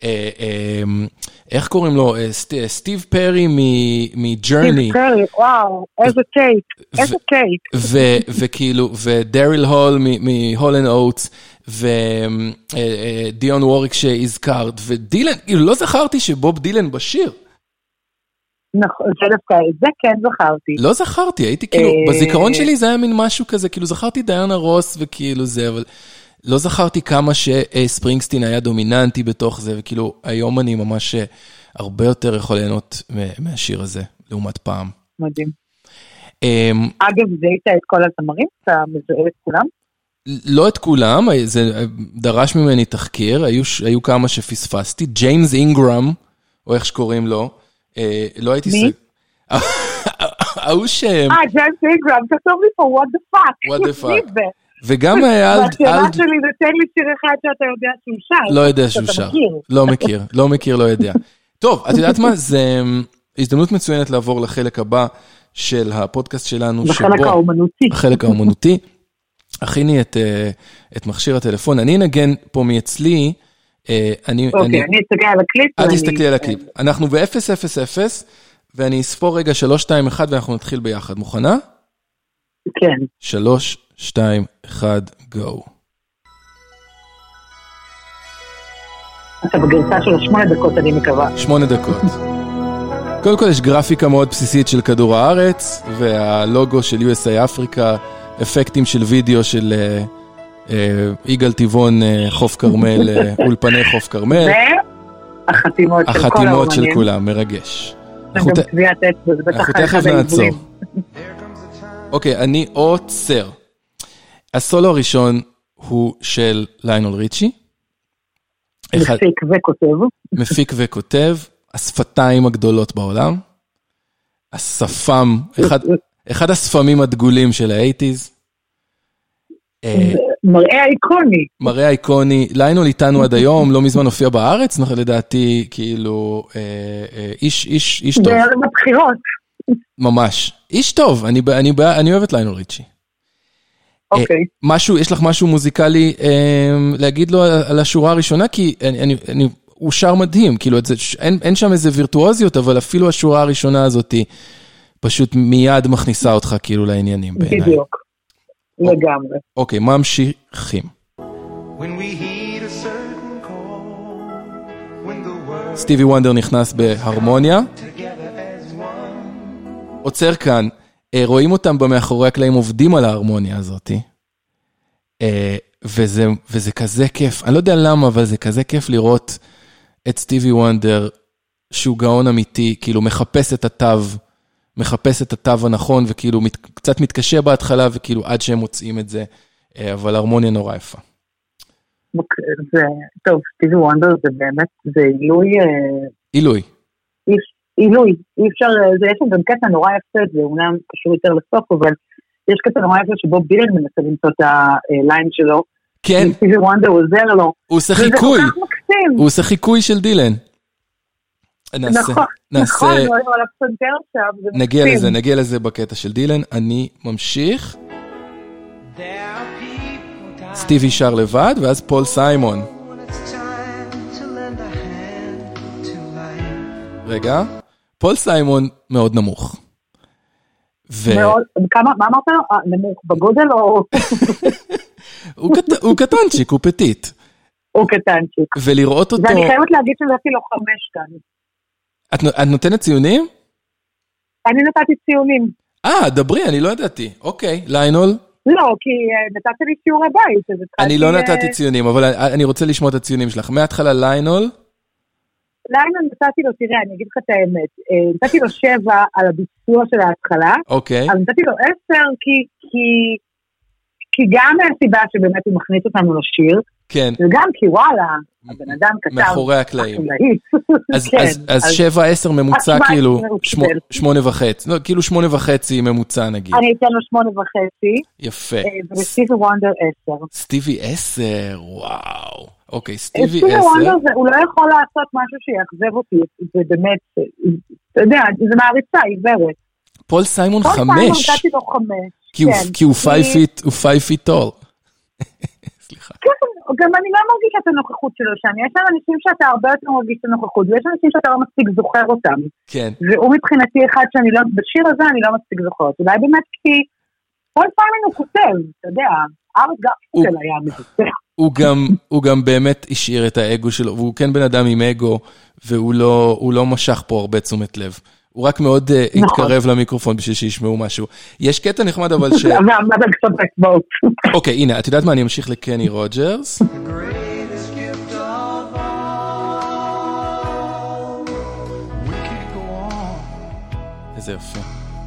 איך קוראים לו? סטיב פרי מג'רני. סטיב פרי, וואו, איזה טייק. וכאילו, ודריל הול מהולן אוטס, ודיון ווריק שהזכרת, ודילן, כאילו לא זכרתי שבוב דילן בשיר. נכון, זה כן זכרתי. לא זכרתי, הייתי כאילו, בזיכרון שלי זה היה מין משהו כזה, כאילו זכרתי דיאנה רוס וכאילו זה, אבל לא זכרתי כמה שספרינגסטין היה דומיננטי בתוך זה, וכאילו היום אני ממש הרבה יותר יכול ליהנות מהשיר הזה, לעומת פעם. מדהים. אגב, זה היית את כל הזמרים? אתה מזהה את כולם? לא את כולם, זה דרש ממני תחקיר, היו כמה שפספסתי, ג'יימס אינגרם, או איך שקוראים לו, לא הייתי... מי? ההוא שם... ג'יימס אינגרם, כתוב לי פה, what the fuck? what the fuck? וגם היה... והשאלה שלי זה תן לי שיר אחד שאתה יודע שהוא שר. לא יודע שהוא שר. לא מכיר, לא יודע. טוב, את יודעת מה? זה הזדמנות מצוינת לעבור לחלק הבא של הפודקאסט שלנו. בחלק האומנותי. בחלק האומנותי. הכיני את מכשיר הטלפון. אני נגן פה מאצלי... אני אסתכל על הקליפ. אל תסתכלי על הקליפ. אנחנו ב-000, ואני אספור רגע 3, 2, 1, ואנחנו נתחיל ביחד. מוכנה? כן. 3, 2, 1, go. אתה בגרסה של 8 דקות, אני מקווה. 8 דקות. קודם כל יש גרפיקה מאוד בסיסית של כדור הארץ, והלוגו של USA אפריקה, אפקטים של וידאו של... יגאל טבעון, חוף קרמל, אולפני חוף קרמל. החתימות של כולם, מרגש. אנחנו תכף נעצור. אוקיי, אני עוצר. הסולו הראשון הוא של ליונל ריצ'י. מפיק וכותב. השפתיים הגדולות בעולם. השפם, אחד השפמים הדגולים של ה-80s. מראה איקוני, ליונל איתנו עד היום, לא מזמן הופיע בארץ, לדעתי, כאילו, איש טוב. בערב הבחירות. ממש. איש טוב, אני אוהב את ליונל ריצ'י. אוקיי. יש לך משהו מוזיקלי להגיד לו על השורה הראשונה? כי הוא שר מדהים, כאילו, אין שם איזה וירטואוזיות, אבל אפילו השורה הראשונה הזאת, פשוט מיד מכניסה אותך כאילו לעניינים בעיניי. בדיוק. לגמרי. אוקיי, ממשיכים. סטיבי וונדר נכנס בהרמוניה. עוצר כאן, רואים אותם במאחורי הקלעים עובדים על ההרמוניה הזאת. וזה כזה כיף. אני לא יודע למה, אבל זה כזה כיף לראות את סטיבי וונדר, שהוא גאון אמיתי, כאילו מחפש את התו הנכון, וכאילו קצת מתקשה בהתחלה, וכאילו עד שהם מוצאים את זה, אבל הרמוניה נורא יפה. טוב, סטיבי וונדר זה באמת, זה עילוי. אי אפשר, יש שם גם קטע נורא יפה, זה אומנם קשור יותר לסוף, אבל יש קטע נורא יפה שבו דילן מנסה למצוא את הליין שלו. כן. סטיבי וונדר עוזר לו. הוא עושה חיקוי. וזה כל כך מקסים. הוא עושה חיקוי של דילן. נכון, הוא על הפסנתר עכשיו, זה מקסים. נגיע לזה בקטע של דילן. אני ממשיך. סטיבי שר לבד, ואז פול סיימון. רגע, פול סיימון מאוד נמוך. מה אמרת לו? נמוך בגודל או... הוא קטנצ'יק, הוא פטיט. הוא קטנצ'יק. ולראות אותו... ואני חייבת להגיד שזה אפילו 5 כאן. את נותנת ציונים? אני נתתי ציונים. דברי, אני לא ידעתי. אוקיי, ליינול? לא, כי נתתי לי שיעורי בית. אני לא נתתי ציונים, אבל אני רוצה לשמוע את הציונים שלך. מההתחלה ליינול? ליינול נתתי לו, תראה, אני אגיד לך את האמת. נתתי לו 7 על הביצוע של ההתחלה. אוקיי. אבל נתתי לו 10 כי גם מהסיבה שבאמת הוא מכניס אותנו לשיר. כן. וגם כי וואלה, הבן אדם כתב... מאחורי הקלעים. אז 7-10 ממוצע כאילו 8.5. לא, כאילו 8.5 ממוצע נגיד. אני אתן לו 8.5. יפה. וסטיבי וונדר 10. סטיבי 10, וואו. אוקיי, סטיבי 10. סטיבי וונדר הוא לא יכול לעשות משהו שיחזב אותי. זה באמת, אתה יודע, זה מעריצה, עיוורת. פול סיימון 5. פול סיימון נתתי לו 5. כי הוא 5 feet tall. סליחה. כן, גם אני לא מרגישה את הנוכחות שלו שם. יש אנשים שאתה הרבה יותר מרגיש את הנוכחות, ויש אנשים שאתה לא מספיק זוכר אותם. כן. והוא מבחינתי אחד שאני לא, בשיר הזה אני לא מספיק זוכרת. אולי באמת כי כל פעם הוא כותב, אתה יודע, ארץ גרפסקל היה מבצע. הוא גם באמת השאיר את האגו שלו, והוא כן בן אדם עם אגו, והוא לא משך פה הרבה תשומת לב. הוא רק מאוד התקרב למיקרופון בשביל שישמעו משהו. יש קטע נחמד אבל ש... ועמד על קצת אצבעות. אוקיי, הנה, את יודעת מה? אני אמשיך לקני רוג'רס. איזה יפה.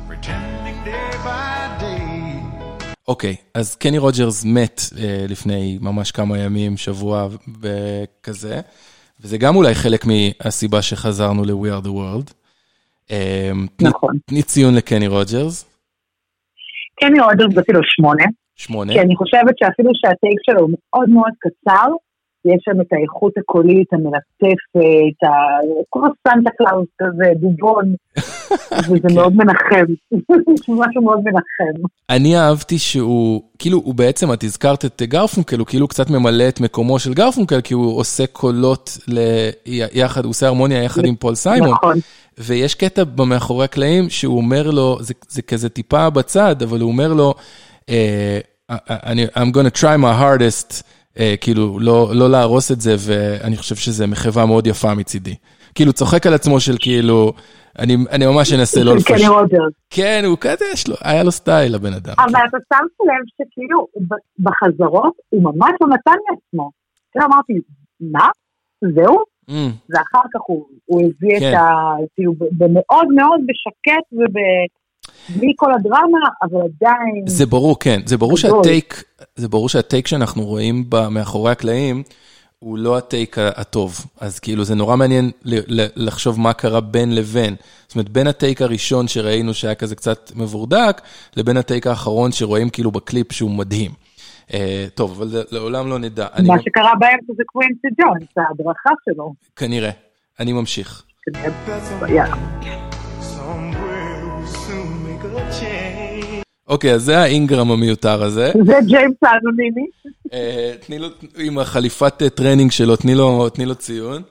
אוקיי, אז קני רוג'רס מת לפני ממש כמה ימים, שבוע וכזה, וזה גם אולי חלק מהסיבה שחזרנו ל-We Are The World. נכון. תני ציון לקני רוג'רס. קני רוג'רס נתתי לו 8. 8. כי אני חושבת שאפילו שהטייק שלו הוא מאוד מאוד קצר, יש שם את האיכות הקולית, המלטפת, כל סנטה קלאוס כזה, דובון, וזה מאוד מנחם. משהו מאוד מנחם. אני אהבתי שהוא, כאילו הוא בעצם, את הזכרת את גרפונקל, הוא כאילו קצת ממלא את מקומו של גרפונקל, כי הוא עושה קולות יחד, הוא עושה הרמוניה יחד עם פול סיימון. נכון. ויש קטע במאחורי הקלעים שהוא אומר לו, זה כזה טיפה בצד, אבל הוא אומר לו, I'm gonna try my hardest, כאילו לא להרוס את זה, ואני חושב שזה מחווה מאוד יפה מצידי. כאילו צוחק על עצמו של כאילו, אני ממש אנסה לא לפשט. קני רוג'רס. כן, הוא כזה, היה לו סטייל לבן אדם. אבל אתה שמת לב שכאילו בחזרות הוא ממש לא נתן לעצמו. כאילו אמרתי, מה? זהו? ואחר כך הוא הביא את ה... כאילו במאוד מאוד בשקט ובלי כל הדרמה, אבל עדיין... זה ברור, כן. זה ברור שהטייק שאנחנו רואים מאחורי הקלעים, הוא לא הטייק הטוב. אז כאילו זה נורא מעניין לחשוב מה קרה בין לבין. זאת אומרת, בין הטייק הראשון שראינו שהיה כזה קצת מבורדק, לבין הטייק האחרון שרואים כאילו בקליפ שהוא מדהים. טוב, אבל לעולם לא נדע. מה שקרה באמצע זה קווינסי ג'ונס, ההדרכה שלו. כנראה. אני ממשיך. אוקיי, אז זה האינגרם המיותר הזה. זה ג'יימס האנונימי. תני לו, עם החליפת טרנינג שלו, תני לו ציון.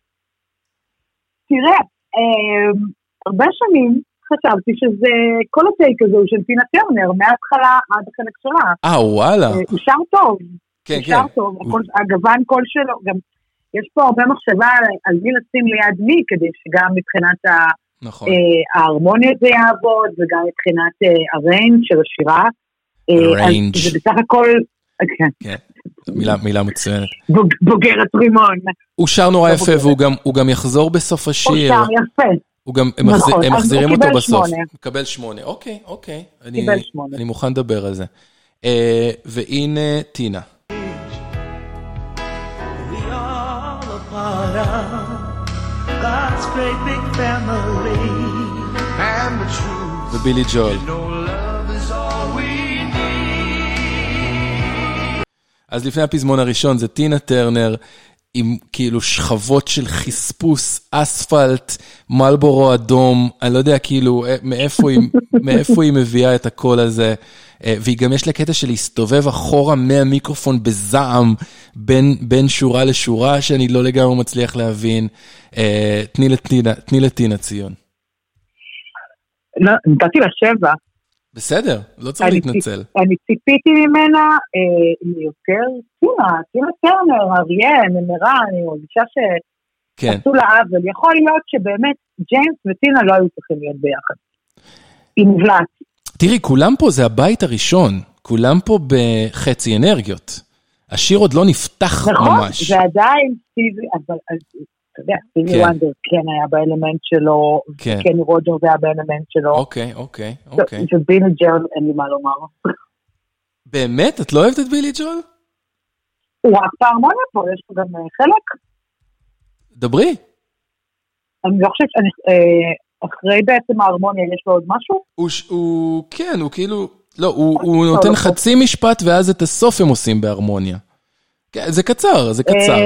תראה, הרבה שנים חשבתי שזה, כל הטייק הזה הוא של טינה טרנר, מההתחלה עד החלק שלה. וואלה. הוא שר טוב. כן, כן. הוא שר טוב, הגוון קול שלו, גם יש פה הרבה מחשבה על מי לשים ליד מי, כדי שגם מבחינת נכון. ההרמוניה זה יעבוד, וגם מבחינת הריינג' של השירה. הריינג'. זה בסך הכל... כן, מילה מצוינת. בוגרת רימון. הוא שר נורא יפה, והוא גם יחזור בסוף השיר. הוא שר יפה. הם מחזירים אותו בסוף. מקבל 8. אוקיי. אני מוכן לדבר על זה. והנה טינה. God's great big family and the truth ובילי ג'ול. love is all we אז לפני הפזמון הראשון זה טינה טרנר, עם כאילו שכבות של חספוס, אספלט, מלבורו אדום, אני לא יודע כאילו מאיפה היא מביאה את הקול הזה, והיא גם יש לה קטע של להסתובב אחורה מהמיקרופון בזעם, בין שורה לשורה, שאני לא לגמרי מצליח להבין. תני לטינה ציון. לא, נתתי לה 7. בסדר, לא צריך להתנצל. אני ציפיתי ממנה יותר טינה טרנר, אריה, נמרה, אני מרגישה שעשו לה עוול. יכול להיות שבאמת ג'יימס וטינה לא היו צריכים להיות ביחד. היא מובלעת. תראי, כולם פה זה הבית הראשון, כולם פה בחצי אנרגיות. השיר עוד לא נפתח ממש. נכון, זה עדיין סטיבי, אבל אתה יודע, סטיבי וונדר כן היה באלמנט שלו, קני רוג'רס היה באלמנט שלו. אוקיי. ובילי ג'ול, אין לי מה לומר. באמת? את לא אוהבת את בילי ג'ול? הוא רק בהרמוניה פה, יש פה גם חלק. דברי. אני לא חושבת, אחרי בעצם ההרמוניה יש לו עוד משהו? כן, הוא כאילו, לא, הוא נותן חצי משפט ואז את הסוף הם עושים בהרמוניה. זה קצר. זה קצר,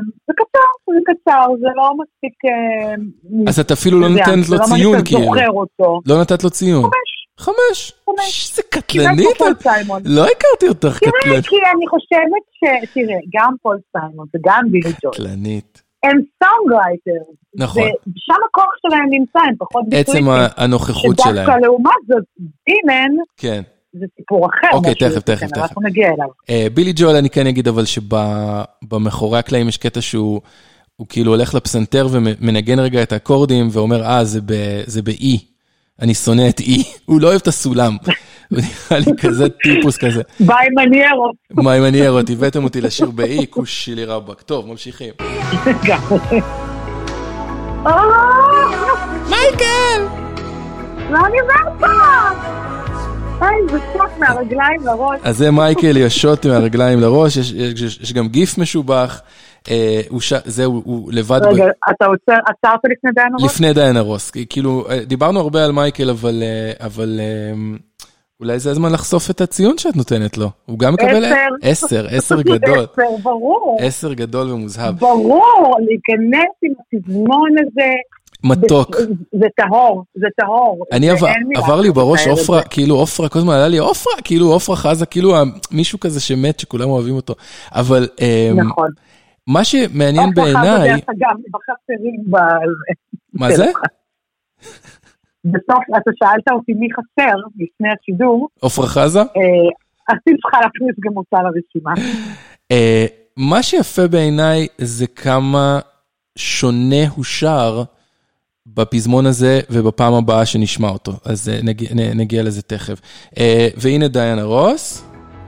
זה לא מספיק... אז את אפילו לא נותנת לו ציון, כאילו. לא נתת לו ציון. 5. זה קטלנית. לא הכרתי אותך קטלנית. כי אני חושבת תראה, גם פול סיימון וגם בילי ג'ול. קטלנית. הם סאונדרייטר. נכון. ושם הכוח שלהם נמצא, הם פחות ביטויים. עצם הנוכחות שלהם. שדווקא לעומת זאת, דימן, כן. זה סיפור אחר. אוקיי, תכף. אנחנו נגיע אליו. בילי ג'ול, אני כן אגיד, אבל שבמחורי הקלעים יש קטע שהוא כאילו הולך לפסנתר ומנגן רגע את האקורדים, ואומר, זה ב-E. אני שונא את E. הוא לא אוהב את הסולם. נראה לי כזה טיפוס כזה. ביי מניירות, הבאתם אותי לשיר ב-E, כוש שילי רבק. טוב, ממשיכים. מייקל! מה אני אומרת פה? זה שוט מהרגליים לראש. אז זה מייקל ישוט מהרגליים לראש, יש גם גיף משובח, הוא לבד... רגע, אתה עצרת לפני דיין הרוס? לפני דיין הרוס, כאילו, דיברנו הרבה על מייקל, אבל אולי זה הזמן לחשוף את הציון שאת נותנת לו. הוא גם מקבל 10 גדול. 10, ברור. 10 גדול ומוזהב. ברור, להיכנס עם התזמון הזה. מתוק. זה טהור. אני עבר לי בראש אופרה, כאילו אופרה, כל הזמן עלה לי אופרה, כאילו אופרה חזה, כאילו מישהו כזה שמת שכולם אוהבים אותו. אבל נכון. מה שמעניין בעיניי... גם בחסרים מה זה? בסוף אתה שאלת אותי מי חסר לפני השידור. אופרה חזה? אז צריכה להכניס גם אותה לרשימה. מה שיפה בעיניי זה כמה שונה הוא שר בפזמון הזה ובפעם הבאה שנשמע אותו. אז נגיע לזה תכף. והנה דיין הרוס.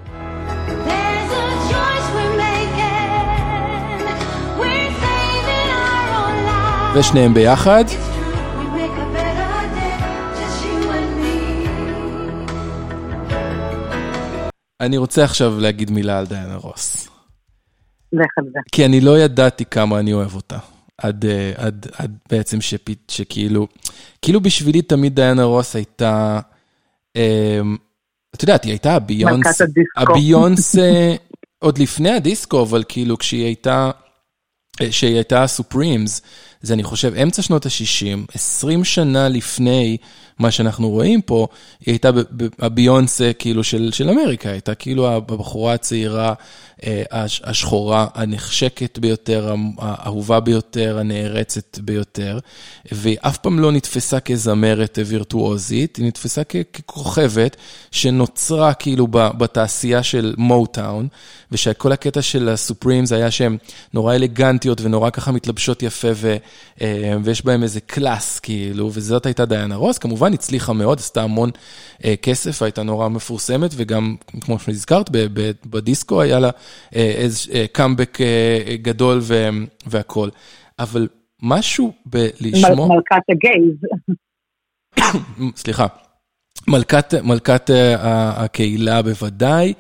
ושניהם ביחד. אני רוצה עכשיו להגיד מילה על דיין הרוס. לך על זה. כי אני לא ידעתי כמה אני אוהב אותה. עד בעצם שכאילו, כאילו בשבילי תמיד דיין הרוס הייתה, את יודעת, היא הייתה הביונסה, עוד לפני הדיסקו, אבל כאילו כשהיא הייתה סופרימס, זה אני חושב אמצע שנות ה-60, 20 שנה לפני מה שאנחנו רואים פה, היא הייתה הביונסה כאילו של אמריקה, הייתה כאילו הבחורה הצעירה, השחורה, הנחשקת ביותר, האהובה ביותר, הנערצת ביותר, והיא אף פעם לא נתפסה כזמרת וירטואוזית, היא נתפסה ככוכבת שנוצרה כאילו בתעשייה של מוטאון, ושכל הקטע של הסופרימס היה שהן נורא אלגנטיות ונורא ככה מתלבשות יפה ויש בהם איזה קלאס כאילו, וזאת הייתה דיין הרוס, כמובן הצליחה מאוד, עשתה המון כסף, הייתה נורא מפורסמת, וגם כמו שהזכרת, בדיסקו היה לה איזה קאמבק גדול והכל, אבל משהו בלשמוע... מלכת הגייז. סליחה, מלכת הקהילה בוודאי,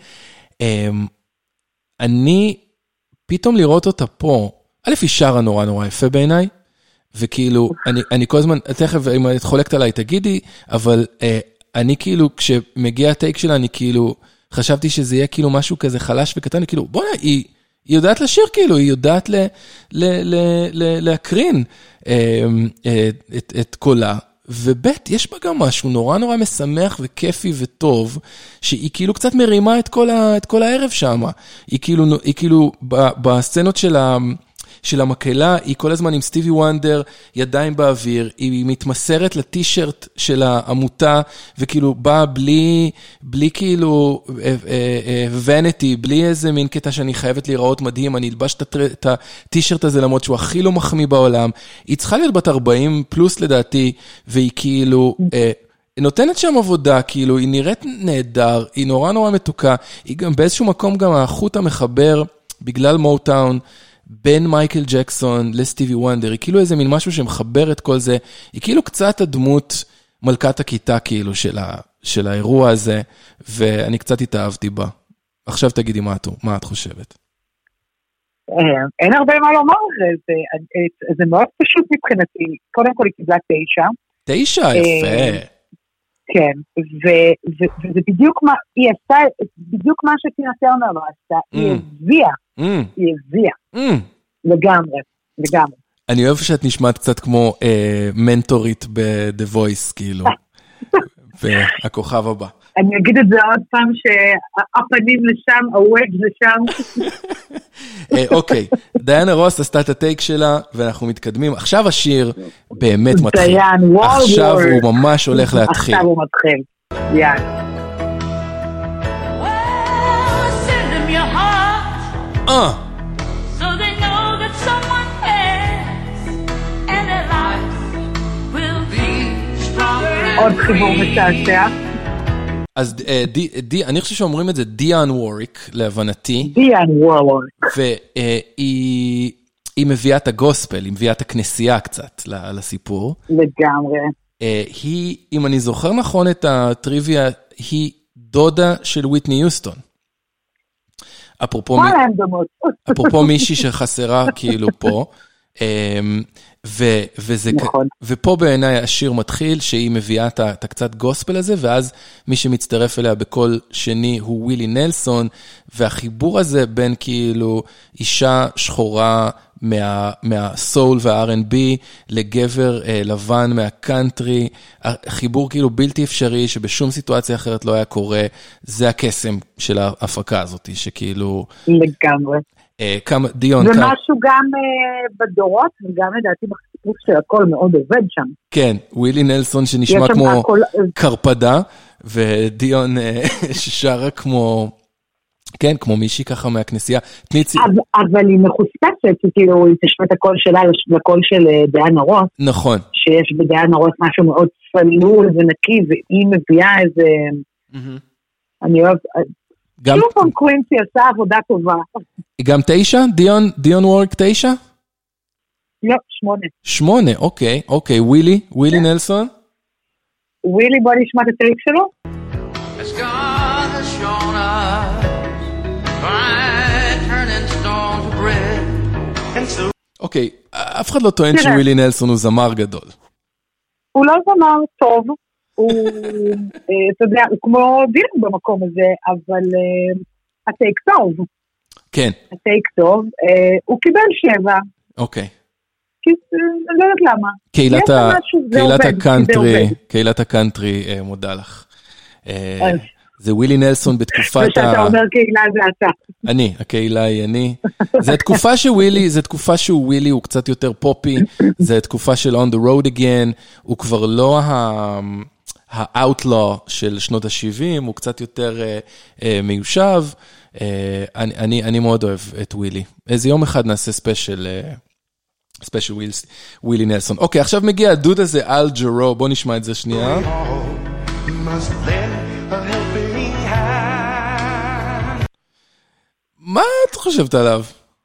אני פתאום לראות אותה פה, א' היא שרה נורא נורא יפה בעיניי, וכאילו, אני כל הזמן, תכף, אם את חולקת עליי, תגידי, אבל אני כאילו, כשמגיע הטייק שלה, אני כאילו חשבתי שזה יהיה כאילו משהו כזה חלש וקטן, כאילו, בוא נה, היא יודעת לשיר כאילו, היא יודעת להקרין את קולה, ובית, יש בה גם משהו נורא נורא משמח וכיפי וטוב, שהיא כאילו קצת מרימה את כל הערב שם. היא כאילו בסצנות של המקהלה, היא כל הזמן עם סטיבי וונדר, ידיים באוויר, היא מתמסרת לטישרט של העמותה, וכאילו באה בלי כאילו וניטי, בלי איזה מין קטע שאני חייבת להיראות מדהים, אני אלבש את הטישרט הזה למרות שהוא הכי לא מחמיא בעולם. היא צריכה להיות בת 40 פלוס לדעתי, והיא כאילו נותנת שם עבודה, כאילו היא נראית נהדר, היא נורא נורא מתוקה, היא גם באיזשהו מקום גם החוט המחבר, בגלל מוטאון, בין מייקל ג'קסון לסטיבי וונדר, היא כאילו איזה מין משהו שמחבר את כל זה, היא כאילו קצת הדמות מלכת הכיתה כאילו של האירוע הזה, ואני קצת התאהבתי בה. עכשיו תגידי מה את חושבת. אין הרבה מה לומר, זה מאוד פשוט מבחינתי, קודם כל היא קיבלה 9. 9? יפה. כן, וזה בדיוק מה, היא עשתה, בדיוק מה שטינה טרנר לא עשתה, היא הביאה, לגמרי. אני אוהב שאת נשמעת קצת כמו מנטורית ב-The Voice, כאילו, והכוכב הבא. אני אגיד את זה עוד פעם, שהפנים לשם, הוודג' לשם. אוקיי, דיאנה רוס עשתה את הטייק שלה, ואנחנו מתקדמים. עכשיו השיר באמת מתחיל. עכשיו הוא ממש הולך להתחיל. עכשיו הוא מתחיל, יאללה. עוד חיבור משעשע. אז אני חושב שאומרים את זה דיאן ווריק, להבנתי. דיאן ווריק. והיא מביאה את הגוספל, היא מביאה את הכנסייה קצת לסיפור. לגמרי. היא, אם אני זוכר נכון את הטריוויה, היא דודה של וויטני יוסטון. אפרופו מישהי שחסרה כאילו פה. ופה בעיניי השיר מתחיל שהיא מביאה את הקצת גוספל הזה, ואז מי שמצטרף אליה בכל שני הוא ווילי נלסון, והחיבור הזה בין כאילו אישה שחורה מהסול וה-R&B לגבר לבן מהקאנטרי, חיבור כאילו בלתי אפשרי שבשום סיטואציה אחרת לא היה קורה, זה הקסם של ההפקה הזאת, שכאילו לגמרי. דיון, ומשהו גם בדורות, וגם לדעתי בחיפוש של הכל מאוד עובד שם. כן, ווילי נלסון שנשמע כמו קרפדה, ודיון ששרה כמו, כן, כמו מישהי ככה מהכנסייה. אבל היא מחוספסת, כאילו היא תשווה את הקול שלה לקול של דיאנה רוס. נכון. שיש בדיאנה רוס משהו מאוד צלול ונקי, והיא מביאה איזה, אני אוהב, שוב קווינסי עשה עבודה טובה. גם 9? דיון ווריק 9? לא, 8. אוקיי, ווילי נלסון? ווילי, בוא נשמע את הטריק שלו. אוקיי, אף אחד לא טוען שווילי נלסון הוא זמר גדול. הוא לא זמר טוב, אתה יודע, הוא כמו דין במקום הזה, אבל הטייק טוב. כן. הטייק טוב, הוא קיבל 7. אוקיי. כי אני לא יודעת למה. קהילת הקאנטרי מודה לך. זה ווילי נלסון בתקופת ושאתה אומר קהילה זה אתה. הקהילה היא אני. זה תקופה שהוא ווילי, הוא קצת יותר פופי, זה תקופה של On the Road Again, הוא כבר לא ה-outlaw של שנות ה-70, הוא קצת יותר מיושב. אני מאוד אוהב את ווילי. איזה יום אחד נעשה ספיישל ווילי נלסון. אוקיי, עכשיו מגיע הדוד הזה, אל ג'רו, בוא נשמע את זה שנייה. מה את חושבת עליו?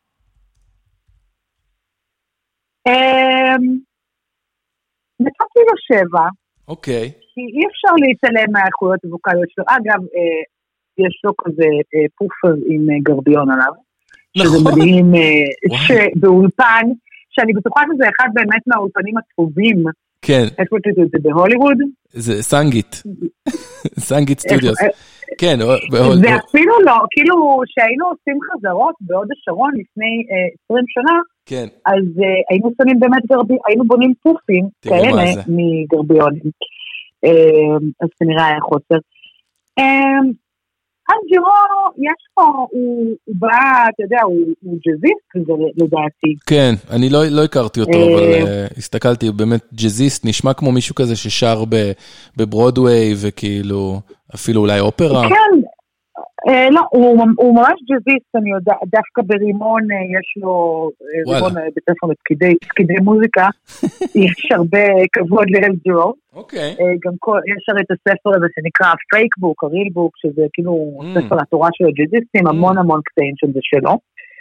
נתתי לו 7. אוקיי. כי אי אפשר להתעלם מהאיכויות הווקליות שלו. אגב, יש לו כזה פופר עם גרביון עליו. שזה מדהים שבאולפן, שאני בטוחה שזה אחד באמת מהאולפנים הטובים. כן. איפה תדעו את זה בהוליווד? זה סנגיט. סנגיט סטודיוס. כן. זה אפילו לא, כאילו שהיינו עושים חזרות בהוד השרון לפני 20 שנה, אז היינו שמים באמת היינו בונים פופים כאלה מגרביונים. אז כנראה היה חוסר. אז ג'ירו, יש פה, הוא בא, אתה יודע, הוא ג'זיסט, לדעתי. כן, אני לא הכרתי אותו, אבל הסתכלתי, באמת ג'זיסט, נשמע כמו מישהו כזה ששר בברודווי, וכאילו, אפילו אולי אופרה. כן, לא, הוא ממש ג'זיסט, אני יודע, דווקא ברימון יש לו, רימון בית ספר לפקידי מוזיקה, יש הרבה כבוד לאל ג'ירו. אוקיי. גם יש הרי את הספר הזה שנקרא פייק בוק, הריל בוק, שזה כאילו ספר התורה של הג'זיסטים, המון קטעים של זה שלו.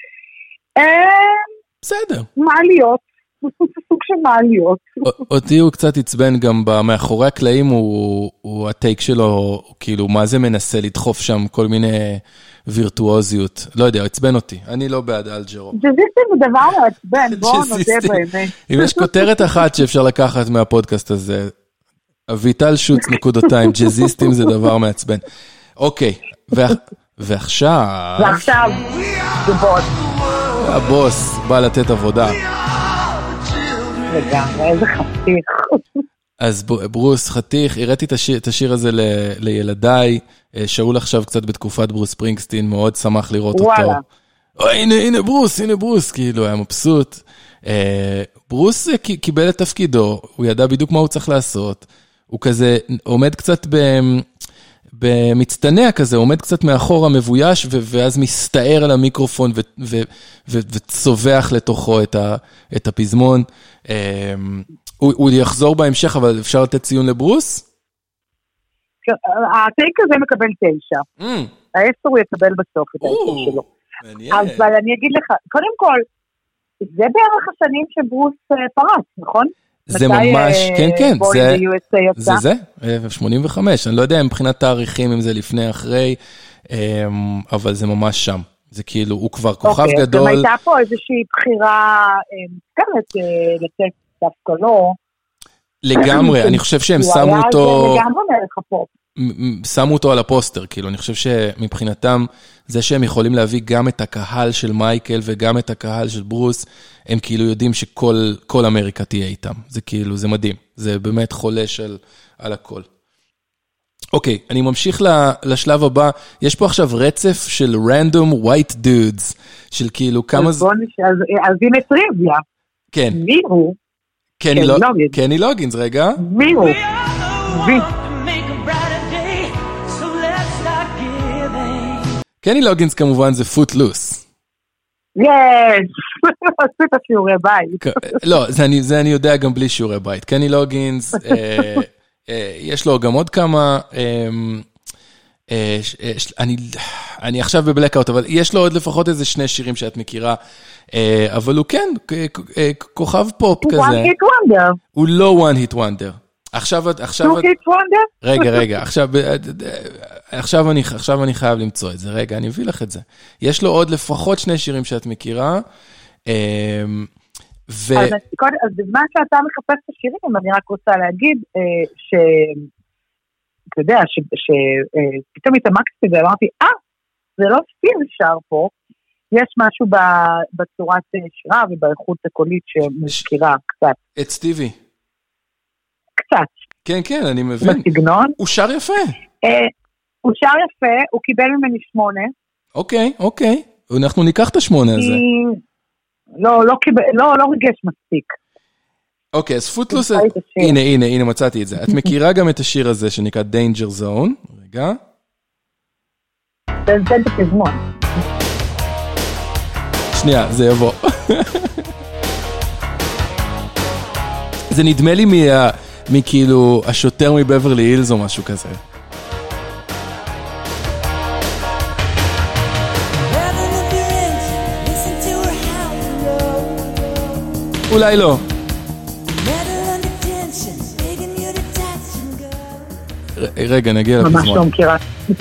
בסדר. מעליות, סוג של מעליות. אותי הוא קצת עצבן גם מאחורי הקלעים, הטייק שלו, כאילו, מה זה מנסה לדחוף שם כל מיני וירטואוזיות. לא יודע, עצבן אותי. אני לא בעד אל ג'ירו. ג'זיסטים זה דבר מעצבן, בואו נודה באמת. אם יש כותרת אחת שאפשר לקחת מהפודקאסט הזה, אביטל שוץ נקודותיים, ג'זיסטים זה דבר מעצבן. אוקיי, ועכשיו... זה בוס. הבוס בא לתת עבודה. לגמרי, איזה חתיך. אז ברוס חתיך, הראיתי את השיר הזה לילדיי, שאול עכשיו קצת בתקופת ברוס ספרינגסטין, מאוד שמח לראות אותו. הנה ברוס, כאילו, היה מבסוט. ברוס קיבל את תפקידו, הוא ידע בדיוק מה הוא צריך לעשות, הוא כזה עומד קצת במצטנע כזה, עומד קצת מאחור המבויש, ואז מסתער על המיקרופון, וצובח לתוכו את הפזמון. הוא יחזור בהמשך, אבל אפשר לתת ציון לברוס? הטייק הזה מקבל 9. ה10 הוא יקבל בסוף את ה10 שלו. אבל אני אגיד לך, קודם כל, זה בערך השנים שברוס פרץ, נכון? זה ממש, כן, זה, 85, אני לא יודע מבחינת תאריכים אם זה לפני, אחרי, אבל זה ממש שם, זה כאילו, הוא כבר כוכב גדול. גם הייתה פה איזושהי בחירה מזכרת לתת דווקא לא. לגמרי, אני חושב שהם שמו אותו... לגמרי מלך הפופ. שמו אותו על הפוסטר, כאילו, אני חושב שמבחינתם, זה שהם יכולים להביא גם את הקהל של מייקל וגם את הקהל של ברוס, הם כאילו יודעים שכל אמריקה תהיה איתם. זה כאילו, זה מדהים. זה באמת חולש על הכל. אוקיי, אני ממשיך לשלב הבא. יש פה עכשיו רצף של random white dudes, של כאילו כמה... אז הנה טריוויה. כן. מי הוא? קני לוגינס, רגע. מי הוא? קני לוגינס כמובן זה Footloose. עשית שיעורי בית. לא, זה אני יודע גם בלי שיעורי בית. קני לוגינס, יש לו גם עוד כמה, אני עכשיו בבלקאוט, אבל יש לו עוד לפחות איזה 2 שירים שאת מכירה, אבל הוא כן, כוכב פופ כזה. One hit wonder. הוא לא one hit wonder. עכשיו... Two hit wonder? רגע, עכשיו אני חייב למצוא את זה. רגע, אני אביא לך את זה. יש לו עוד לפחות 2 שירים שאת מכירה. אז בזמן שאתה מחפש את השירים, אני רק רוצה להגיד אתה יודע, שפתאום התעמקתי ואמרתי, זה לא ספיר שר פה, יש משהו בצורת שירה ובאיכות הקולית שמזכירה קצת. את סטיבי. קצת. כן, אני מבין. בסגנון. הוא שר יפה. הוא שר יפה, הוא קיבל ממני 8. אוקיי. אנחנו ניקח את 8 הזה. לא ריגש מספיק. אוקיי, אז פוטלוס, הנה, מצאתי את זה. את מכירה גם את השיר הזה שנקרא Danger Zone. רגע. זה בפזמון. שנייה, זה יבוא. זה נדמה לי מכאילו השוטר מבברלי הילס או משהו כזה. אולי לא. רגע, נגיע לפזמון. ממש לא מכירה.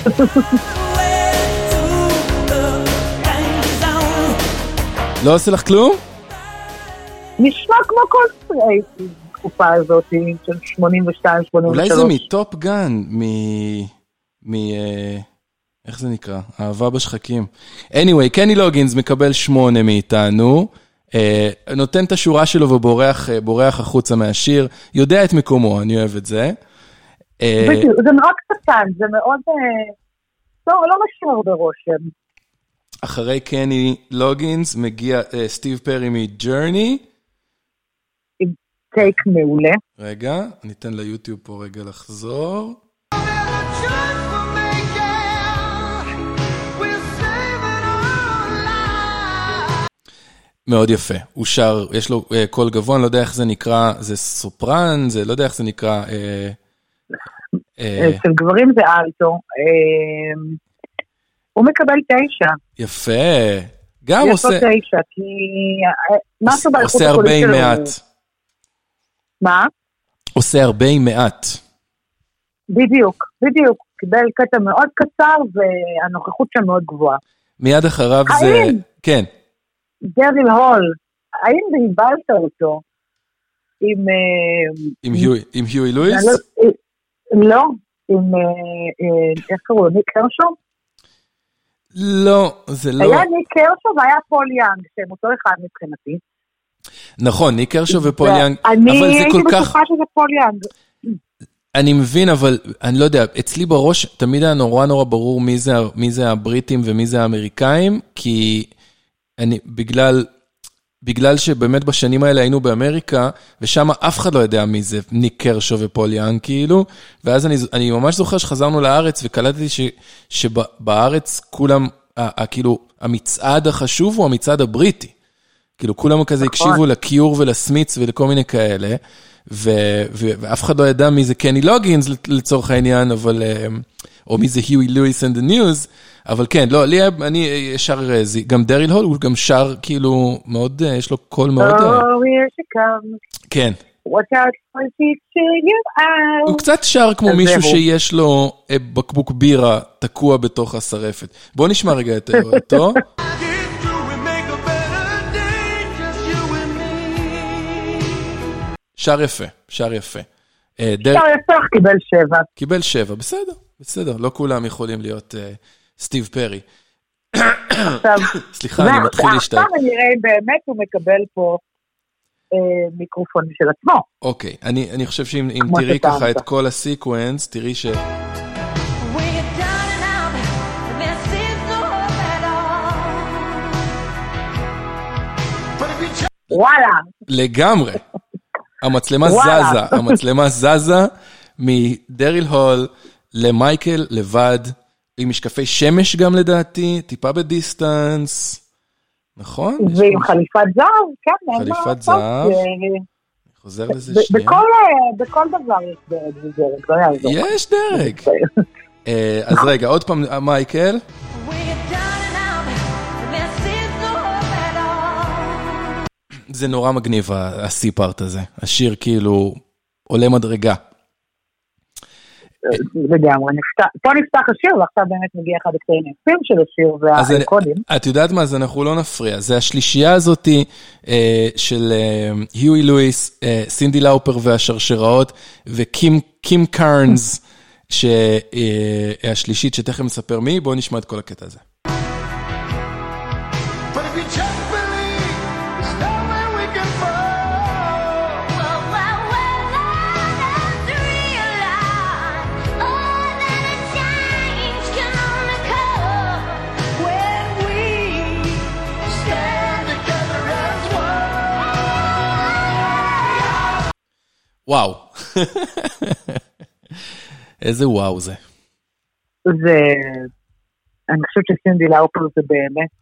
לא עושה לך כלום? נשמע כמו כל תקופה הזאת של 82, 83. אולי זה מטופ גן, איך זה נקרא? אהבה בשחקים. anyway, קני לוגינס מקבל 8 מאיתנו, נותן את השורה שלו ובורח החוצה מהשיר, יודע את מקומו, אני אוהב את זה. זה מאוד קטן, זה מאוד, לא משאיר ברושם. אחרי קני לוגינס מגיע סטיב פרי מג'רני. עם טייק מעולה. רגע, ניתן ליוטיוב פה רגע לחזור. מאוד יפה, הוא שר, יש לו קול גבוה, אני לא יודע איך זה נקרא, זה סופרן, זה לא יודע איך זה נקרא. אצל גברים זה אלטו, הוא מקבל 9. יפה, גם עושה... יש לו 9, כי... עושה הרבה עם מעט. מה? עושה הרבה עם מעט. בדיוק, קיבל קטע מאוד קצר, והנוכחות שם מאוד גבוהה. מיד אחריו זה... כן. דריל הול, האם בלבלת אותו עם היואי לואיס? לא, עם, איך קראו, ניק קרשו? לא, זה לא. היה ניק קרשו והיה פול יאנג, שהם אותו אחד מבחינתי. נכון, ניק קרשו ופול יאנג, אבל זה כל כך... אני הייתי בטוחה שזה פול יאנג. אני מבין, אבל אני לא יודע, אצלי בראש תמיד היה נורא ברור מי זה הבריטים ומי זה האמריקאים, כי... בגלל שבאמת בשנים האלה היינו באמריקה, ושם אף אחד לא יודע מי זה ניק קרשו ופול יאנג, כאילו, ואז אני ממש זוכר שחזרנו לארץ, וקלטתי שבארץ כולם, כאילו, המצעד החשוב הוא המצעד הבריטי. כאילו, כולם כזה הקשיבו לקיור ולסמיץ ולכל מיני כאלה, ואף אחד לא ידע מי זה קני לוגינס לצורך העניין, אבל... או מי זה היואי לואיס and the news, אבל כן, לא, אני שר, גם דריל הול, הוא גם שר כאילו מאוד, יש לו קול מאוד... Oh, here she comes. כן. Watch out for you. הוא קצת שר כמו מישהו שיש לו בקבוק בירה תקוע בתוך השרפת. בוא נשמע רגע את אותו. שר יפה. שר יפה, קיבל 7. קיבל 7, בסדר, לא כולם יכולים להיות סטיב פרי. סליחה, אני מתחיל להשתתף. עכשיו אני אראה אם באמת הוא מקבל פה מיקרופון של עצמו. אוקיי, אני חושב שאם תראי ככה את כל הסיקוונס, תראי ש... וואלה. לגמרי. המצלמה זזה מדריל הול למייקל לבד, עם משקפי שמש גם לדעתי, טיפה בדיסטנס, נכון? ועם חליפת זהב, כן. חליפת זהב, חוזר לזה שנייה. בכל דבר יש דרג, לא יעזור. יש דרג. אז רגע, עוד פעם, מייקל. זה נורא מגניב, הסי-פארט הזה. השיר כאילו עולה מדרגה. לגמרי, פה נפתח השיר, ועכשיו באמת מגיע אחד הקטעים היפים של השיר והאיקונים. את יודעת מה, אז אנחנו לא נפריע. זה השלישייה הזאת של היואי לואיס, סינדי לאופר והשרשראות, וקים קרנס, שהשלישית שתכף נספר מי, בואו נשמע את כל הקטע הזה. וואו. איזה וואו זה. אני חושבת שסינדי לאופר זה באמת,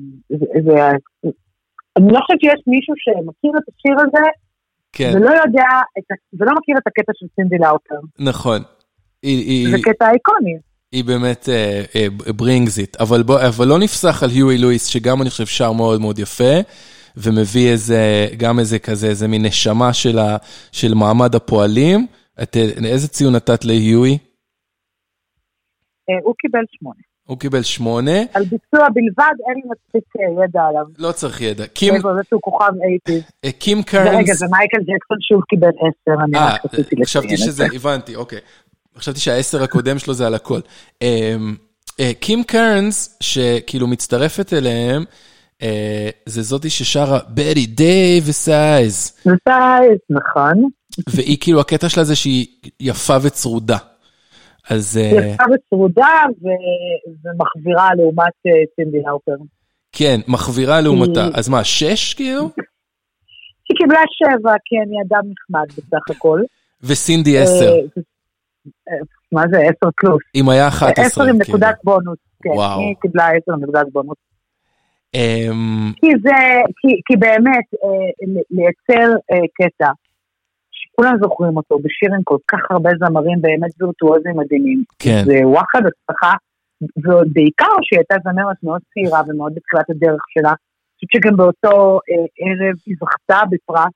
אני לא חושבת שיש מישהו שמכיר את השיר הזה, ולא יודע, ולא מכיר את הקטע של סינדי לאופר. נכון. זה קטע איקוני. היא באמת brings it, אבל לא נפסח על היואי לואיס, שגם אני חושב שר מאוד מאוד יפה, ומביא גם איזה כזה, איזה מין נשמה של מעמד הפועלים. איזה ציון נתת להיואי? הוא קיבל 8. הוא קיבל 8. על ביצוע בלבד, אין לי מספיק ידע עליו. לא צריך ידע. זה שהוא כוכב 80. קים קרנס... רגע, זה מייקל ג'קסון שוב קיבל 10, אני רק חציתי לציין. חשבתי שזה, הבנתי, אוקיי. חשבתי שה10 הקודם שלו זה על הכל. קים קרנס, שכאילו מצטרפת אליהם, זה זאתי ששרה, בדי דייוויס, נכון. והיא כאילו, הקטע שלה זה שהיא יפה וצרודה. יפה וצרודה, ומחבירה לעומת סינדי לאופר. כן, מחבירה לעומתה. אז מה, 6 כאילו? היא קיבלה 7, כן, היא אדם נחמד בסך הכל. וסינדי 10. מה זה 10 פלוס? אם היה 11. 10 עם נקודת בונוס, כן. היא קיבלה 10 עם נקודת בונוס. כי באמת, לייצר קטע, שכולם זוכרים אותו, בשיר עם כל כך הרבה זמרים, באמת וירטואוזים מדהימים. כן. זה וואחד הצלחה, ובעיקר שהיא הייתה זמרת מאוד צעירה, ומאוד בתחילת הדרך שלה, אני חושבת שגם באותו ערב היא זכתה בפרס,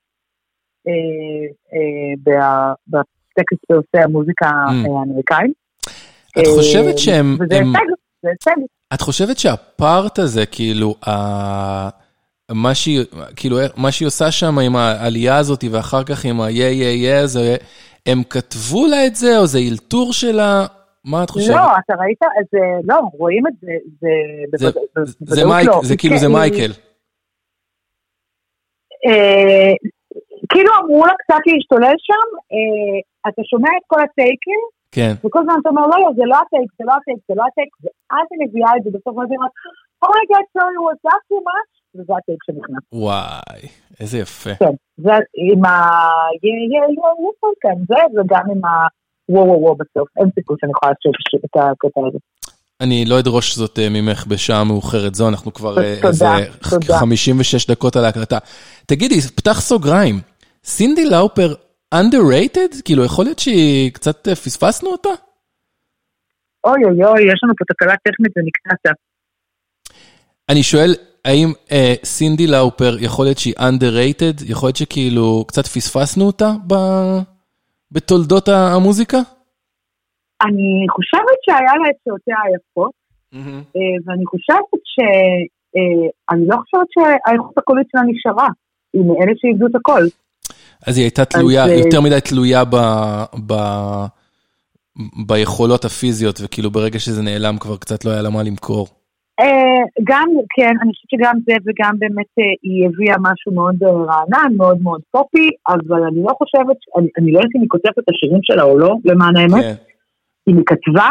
בטקס פרסי המוזיקה האמריקאים. את חושבת שהם... וזה הישג, זה הישג. את חושבת שהפארט הזה, כאילו, מה שהיא עושה שם עם העלייה הזאת, ואחר כך עם ה-יה הזה, הם כתבו לה את זה, או זה אילתור שלה? מה את חושבת? לא, אתה ראית, לא, רואים את זה, זה כאילו זה מייקל. כאילו אמרו לה קצת להשתולל שם, אתה שומע את כל הטייקים, כן. וכל זמן אתה אומר, לא, זה לא הטייק, זה לא הטייק, זה לא הטייק, ואז היא מביאה את זה בסוף הזה, oh my god, sorry, was that too much? וזה הטייק שנכנס. וואי, איזה יפה. כן, זה עם כן, זה, וגם עם וואו בסוף, אין סיכוי שאני יכולה לעשות את הקטע הזה. אני לא אדרוש זאת ממך בשעה מאוחרת זו, אנחנו כבר איזה 56 דקות על ההקלטה. תגידי, פתח סוגריים, סינדי לאופר underrated? כאילו, יכול להיות שהיא קצת פספסנו אותה? אוי, יש לנו פה תקלה טכנית ונקנתה. אני שואל, האם סינדי לאופר יכול להיות שהיא underrated? יכול להיות שכאילו קצת פספסנו אותה בתולדות המוזיקה? אני חושבת שהיה לה את שעותיה היפות, ואני חושבת אני לא חושבת שהאיכות הקולית שלה נשארה, היא מאלה שאיבדו את הכל. אז היא הייתה תלויה, יותר מדי תלויה ביכולות הפיזיות, וכאילו ברגע שזה נעלם כבר קצת לא היה לה מה למכור. גם, כן, אני חושבת שגם זה וגם באמת היא הביאה משהו מאוד רענן, מאוד מאוד פופי, אבל אני לא חושבת, אני לא יודעת אם היא כותבת את השירים שלה או לא, למען האמת, היא כתבה,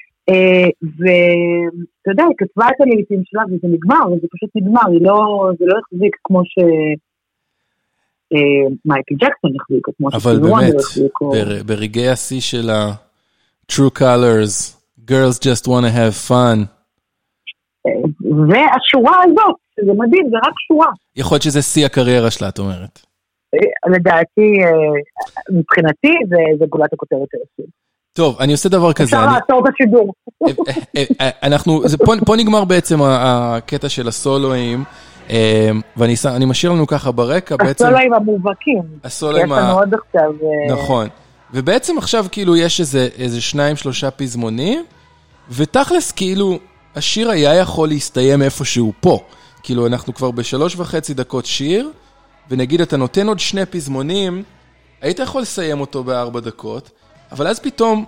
ואתה יודע, היא כתבה את הליטים שלה וזה נגמר, וזה פשוט נגמר, זה לא החזיק כמו מייקל ג'קסון החזיק, כמו אבל באמת, ברגעי השיא של ה-True Colors, Girls Just Wanna Have Fun, והשורה הזאת, זה מדהים, זה רק שורה. יכול להיות שזה שיא הקריירה שלה, את אומרת. לדעתי, מבחינתי, זה גולת הכותרת של השיר. טוב, אני עושה דבר כזה. אפשר לעצור את השידור. פה נגמר בעצם הקטע של הסולואים, ואני משאיר לנו ככה ברקע. הסולואים המובהקים. הסולואים נכון. ובעצם עכשיו כאילו יש איזה 2-3 פזמונים, ותכלס כאילו השיר היה יכול להסתיים איפשהו פה. כאילו אנחנו כבר ב3.5 דקות שיר, ונגיד אתה נותן עוד 2 פזמונים, היית יכול לסיים אותו ב4 דקות, אבל אז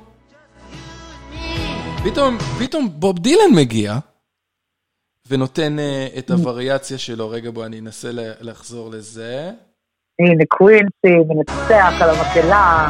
פתאום בוב דילן מגיע, ונותן את הווריאציה שלו. רגע בוא אני אנסה לחזור לזה. הנה קווינסי, מנצח על המקהלה.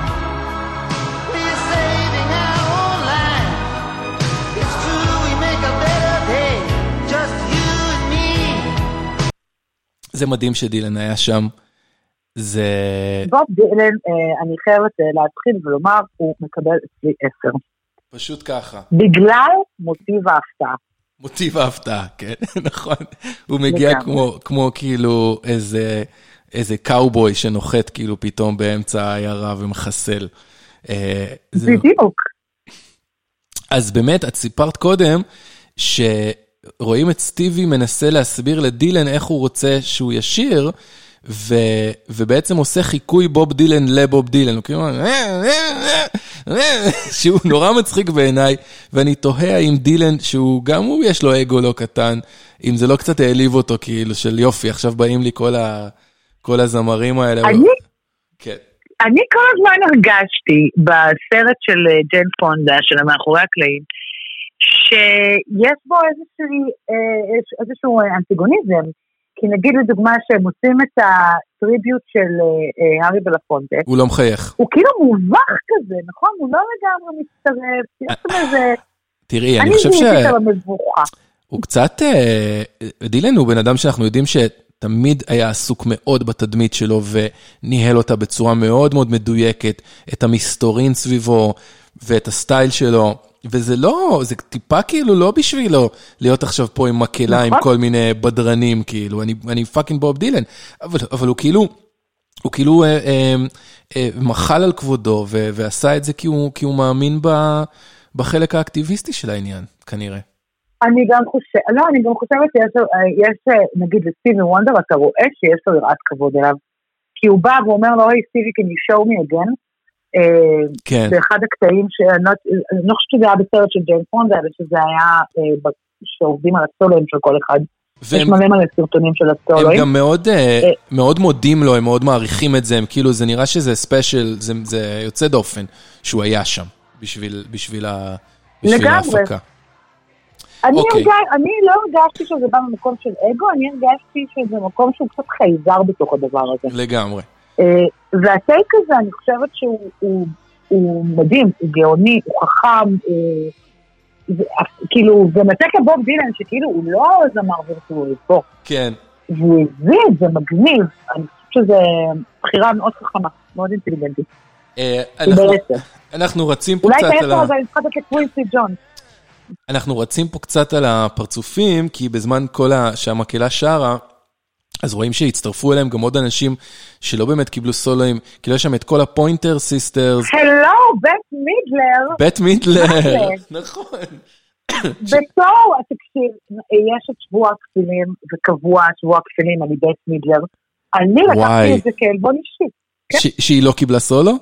זה מדהים שדילן היה שם. זה... בוב דילן, אני חייבת להתחיל ולומר, הוא מקבל אצלי 10. פשוט ככה. בגלל מוטיב ההפתעה. מוטיב ההפתעה, כן, נכון. הוא מגיע כמו כאילו איזה קאובוי שנוחת כאילו פתאום באמצע העיירה ומחסל. בדיוק. אז באמת, את סיפרת קודם שרואים את סטיבי מנסה להסביר לדילן איך הוא רוצה שהוא ישיר, ובעצם עושה חיקוי בוב דילן לבוב דילן, הוא כאילו, שהוא נורא מצחיק בעיניי, ואני תוהה עם דילן, שהוא גם הוא יש לו אגו לא קטן, אם זה לא קצת העליב אותו כאילו של יופי, עכשיו באים לי כל הזמרים האלה. אני כל הזמן הרגשתי בסרט של ג'ן פונדה, של המאחורי הקלעים, שיש בו איזשהו אנטיגוניזם, כי נגיד לדוגמה שהם עושים את הטריביוט של הארי בלפונטה. הוא לא מחייך. הוא כאילו מובך כזה, נכון? הוא לא לגמרי מצטרף, יש שם איזה... תראי, אני חושב הוא קצת, דילן הוא בן אדם שאנחנו יודעים שתמיד היה עסוק מאוד בתדמית שלו, וניהל אותה בצורה מאוד מאוד מדויקת, את המסתורין סביבו, ואת הסטייל שלו, וזה לא, זה טיפה כאילו לא בשבילו, להיות עכשיו פה עם מקלה, עם כל מיני בדרנים, כאילו, אני פאקינג בוב דילן, אבל הוא כאילו מחל על כבודו, ועשה את זה כי הוא מאמין בחלק האקטיביסטי של העניין, כנראה. אני גם חושבת שיש, נגיד לסטיבי וונדר, אתה רואה שיש לו יראת כבוד אליו, כי הוא בא ואומר לו, היי סטיבי, can you show me again? באחד הקטעים, אני לא חושבת שזה היה בסרט של ג'יימס בונד, אבל שזה היה שעובדים על הסולואים של כל אחד. יש מלא סרטונים של הסולואים. הם גם מאוד מודים לו, הם מאוד מעריכים את זה, הם כאילו, זה נראה שזה ספיישל, זה יוצא דופן, שהוא היה שם, בשביל ההפקה. אני לא הרגשתי שזה בא ממקום של אגו, אני הרגשתי שזה מקום שהוא קצת חייזר בתוך הדבר הזה. לגמרי. והטייק הזה, אני חושבת שהוא מדהים, הוא גאוני, הוא חכם, כאילו, זה מצק לבוב דילן, שכאילו הוא לא זמר וירטואוז פה. כן. והוא הביא, זה מגניב, אני חושבת שזה בחירה מאוד חכמה, מאוד אינטליגנטית. אנחנו רצים פה קצת על אנחנו רצים פה קצת על הפרצופים, כי בזמן שהמקהלה שרה, אז רואים שהצטרפו אליהם גם עוד אנשים שלא באמת קיבלו סולואים, כאילו יש שם את כל הפוינטר סיסטרס. הלו, בית מידלר. בית מידלר, נכון. בתור, תקשיב, יש את שבוע הכפילים, וקבוע שבוע הכפילים, אני בית מידלר. אני לקחתי את זה כאלבון אישי. שהיא לא קיבלה סולו?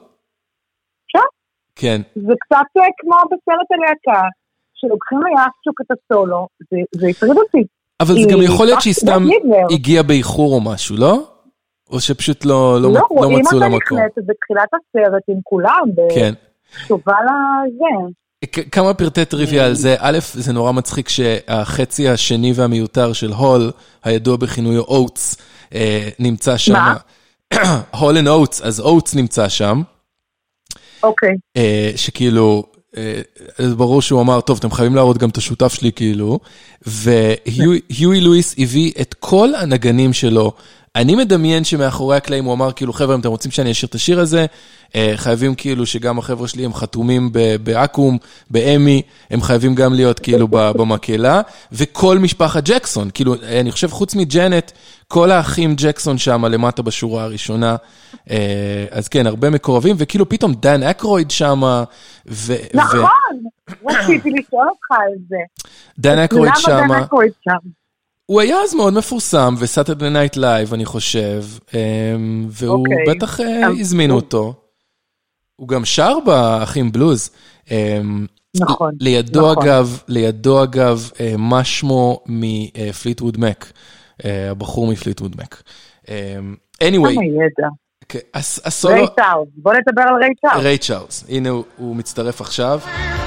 כן. זה קצת כמו בסרט הלהקה, שלוקחים ליאפצ'וק את הסולו, זה יפריד אותי. אבל זה גם יכול להיות שהיא סתם הגיעה באיחור או משהו, לא? או שפשוט לא מצאו למקום. לא, רואים אותה נכנסת בתחילת הסרט עם כולם, בשובה לזה. כמה פרטי טריוויה על זה. א', זה נורא מצחיק שהחצי השני והמיותר של הול, הידוע בכינויו אוטס, נמצא שם. מה? הול and אוטס, אז אוטס נמצא שם. אוקיי. שכאילו, ברור שהוא אמר, טוב, אתם חייבים להראות גם את השותף שלי, כאילו, והיואי לואיס הביא את כל הנגנים שלו. אני מדמיין שמאחורי הקלעים הוא אמר, כאילו, חבר'ה, אם אתם רוצים שאני אשאיר את השיר הזה, חייבים כאילו שגם החבר'ה שלי הם חתומים באקום, באמי, הם חייבים גם להיות כאילו במקהלה, וכל משפחת ג'קסון, כאילו, אני חושב חוץ מג'נט, כל האחים ג'קסון שם למטה בשורה הראשונה, אז כן, הרבה מקורבים, וכאילו פתאום דן אקרויד שם, נכון, רציתי לשאול אותך על זה. דן אקרויד שם. למה דן אקרויד שם? הוא היה אז מאוד מפורסם, וסאטרדי נייט לייב, אני חושב, והוא בטח הזמינו אותו. הוא גם שר באחים בלוז. נכון. לידו אגב, מה שמו מפליטווד מק, הבחור מפליטווד מק. anyway. כמה ידע. הסולו... ריי צ'ארלס, בוא נדבר על ריי צ'ארלס. ריי צ'ארלס, הנה הוא מצטרף עכשיו.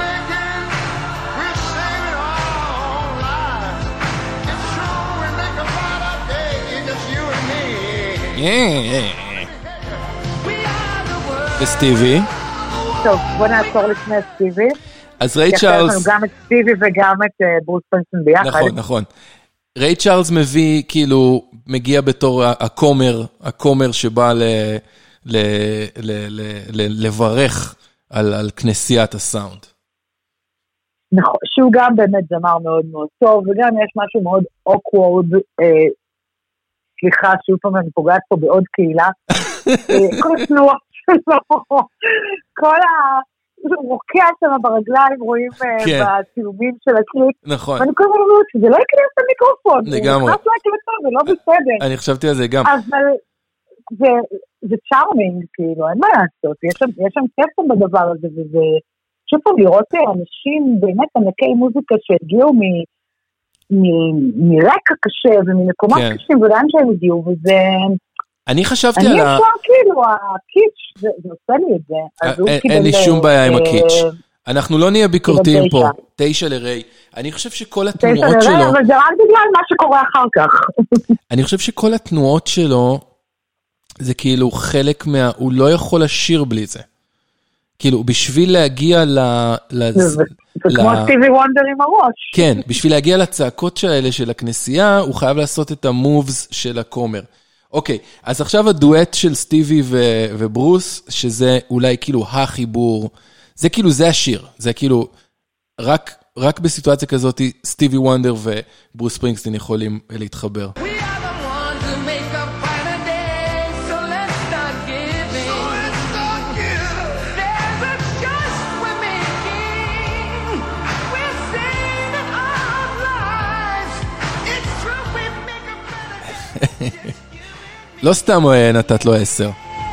וסטיבי. טוב, בוא נעצור לפני סטיבי. אז ריי צ'ארלס... יש לנו גם את סטיבי וגם את ברוס ספרינגסטין ביחד. נכון, נכון. ריי צ'ארלס מביא, כאילו, מגיע בתור הכומר שבא לברך על כנסיית הסאונד. נכון, שהוא גם באמת זמר מאוד מאוד טוב, וגם יש משהו מאוד awkward, סליחה, שוב פעם אני פוגעת פה בעוד קהילה, כל התנועה שלו, כל הוא רוקע שם ברגליים, רואים בצילומים של הקליפ. נכון. ואני כל הזמן אומרת שזה לא יקרה את המיקרופון. לגמרי. הוא נכנס להקלטה, זה לא בסדר. אני חשבתי על זה גם. אבל זה צ'ארמינג, כאילו, אין מה לעשות. יש שם קסם בדבר הזה, וזה שוב פעם לראות אנשים באמת ענקי מוזיקה שהגיעו מרקע קשה וממקומות קשים, ולאן שהם הגיעו, וזה... אני חשבתי על אני אפשר כאילו, הקיץ', זה עושה לי את זה. אין לי שום בעיה עם הקיץ'. אנחנו לא נהיה ביקורתיים פה. 9 לריי. אני חושב שכל התנועות שלו... 9 לריי, אבל זה רק בגלל מה שקורה אחר כך. אני חושב שכל התנועות שלו, זה כאילו חלק הוא לא יכול לשיר בלי זה. כאילו, בשביל להגיע זה כמו סטיבי וונדר עם הראש. כן, בשביל להגיע לצעקות האלה של הכנסייה, הוא חייב לעשות את המובס של הכומר. אוקיי, אז עכשיו הדואט של סטיבי וברוס, שזה אולי כאילו החיבור, זה כאילו, זה השיר. זה כאילו, רק בסיטואציה כזאת, סטיבי וונדר וברוס ספרינגסטין יכולים להתחבר. לא סתם נתת לו 10.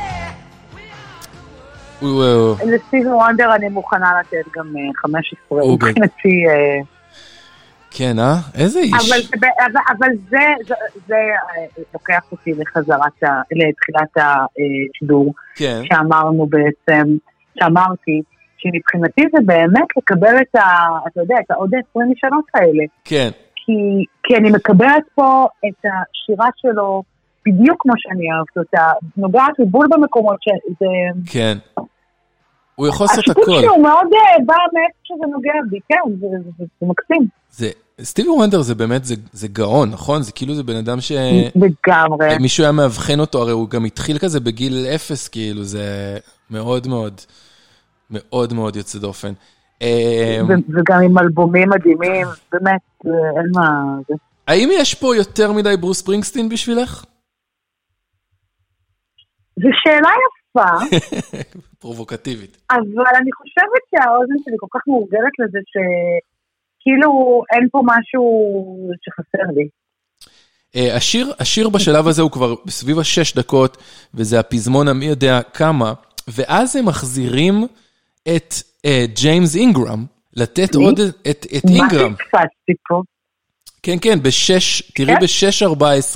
לסטיבי וונדר אני מוכנה לתת גם 15. מבחינתי... כן, איזה איש. אבל זה לוקח אותי לתחילת השידור. שאמרנו בעצם, שאמרתי, שמבחינתי זה באמת לקבל את העוד 20 שנות האלה. כן. כי אני מקבלת פה את השירה שלו בדיוק כמו שאני אוהבת אותה, נוגעת לבול במקומות שזה... כן. הוא יכול לעשות הכל. השיפוט שלו מאוד בא מאיפה שזה נוגע בי, כן, זה מקסים. סטיבי וונדר זה באמת, זה גאון, נכון? זה כאילו זה בן אדם ש... לגמרי. מישהו היה מאבחן אותו, הרי הוא גם התחיל כזה בגיל 0, כאילו, זה מאוד מאוד, מאוד מאוד יוצא דופן. וגם עם אלבומים מדהימים, באמת, אין מה... האם יש פה יותר מדי ברוס ספרינגסטין בשבילך? זו שאלה יפה. פרובוקטיבית. אבל אני חושבת שהאוזן שלי כל כך מורגלת לזה שכאילו אין פה משהו שחסר לי. השיר בשלב הזה הוא כבר בסביב 6 דקות, וזה הפזמון המי יודע כמה, ואז הם מחזירים את ג'יימס אינגרם, לתת עוד את אינגרם. מה תקפצתי פה? כן, כן, תראי ב-6:14.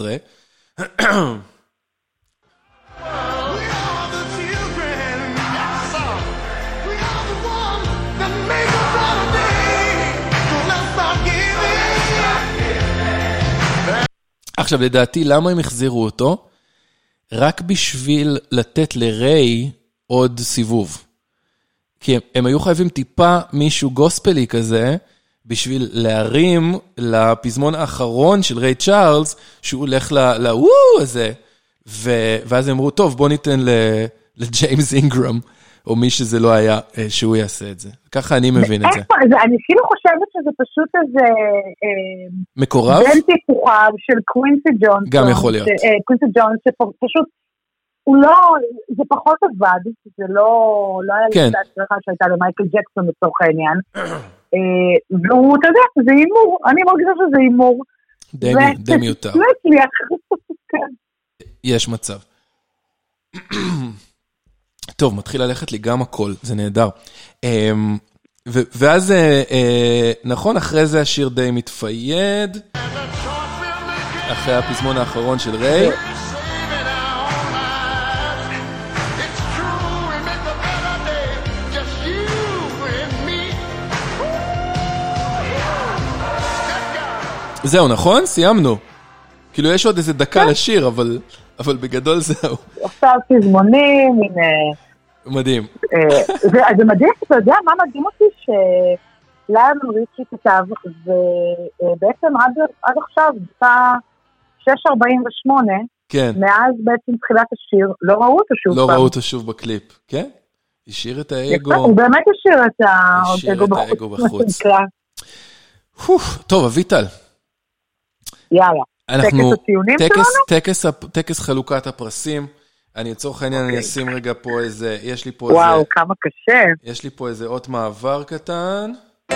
עכשיו, לדעתי, למה הם החזירו אותו? רק בשביל לתת לריי עוד סיבוב. כי הם היו חייבים טיפה מישהו גוספלי כזה, בשביל להרים לפזמון האחרון של ריי צ'ארלס, שהוא הולך לוואו הזה, ואז הם אמרו, טוב, בוא ניתן לג'יימס אינגרם, או מי שזה לא היה, שהוא יעשה את זה. ככה אני מבין את זה. אני כאילו חושבת שזה פשוט איזה... מקורב? בן טיפוחיו של קווינסי ג'ונס. גם יכול להיות. קווינסי ג'ונס, שפשוט, הוא לא, זה פחות עבד, זה לא היה לי את ההצלחה שהייתה למייקל ג'קסון לצורך העניין. והוא, אתה יודע, זה אימור, אני מרגישה שזה אימור. די מיותר. לא הצליח. יש מצב. טוב, מתחיל ללכת לי גם הכל, זה נהדר. ואז, נכון, אחרי זה השיר די מתפייד, אחרי הפזמון האחרון של ריי. זהו, נכון? סיימנו. כאילו יש עוד איזה דקה לשיר, אבל בגדול זהו. עכשיו פזמונים, הנה... מדהים. זה מדהים, אתה יודע מה מדהים אותי? שליאונל ריצ'י כתב, ובעצם עד עכשיו, בשעה 6:48, מאז בעצם תחילת השיר, לא ראו אותו שוב. לא ראו אותו שוב בקליפ, כן? השאיר את האגו. הוא באמת השאיר את האגו בחוץ. טוב, אביטל. יאללה. אנחנו, טקס הציונים שלנו? טקס חלוקת הפרסים. אני לצורך העניין, אני אשים רגע פה איזה, יש לי פה וואו, כמה קשה. יש לי פה איזה אות מעבר קטן.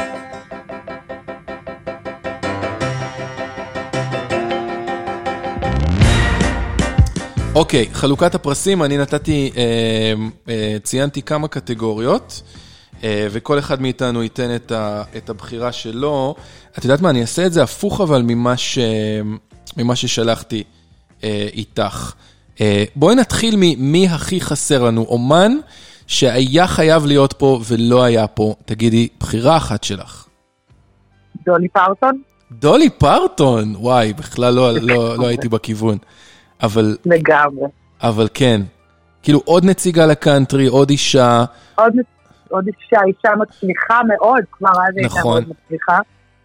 אוקיי, חלוקת הפרסים, אני ציינתי כמה קטגוריות, וכל אחד מאיתנו ייתן את הבחירה שלו. את יודעת מה, אני אעשה את זה הפוך אבל ממה ששלחתי איתך. בואי נתחיל ממי הכי חסר לנו, אומן שהיה חייב להיות פה ולא היה פה, תגידי, בחירה אחת שלך. דולי פרטון? דולי פרטון? וואי, בכלל לא הייתי בכיוון. אבל... לגמרי. אבל כן. כאילו עוד נציגה לקאנטרי, עוד אישה. עוד אישה מצליחה מאוד, כבר אז הייתה מאוד מצליחה.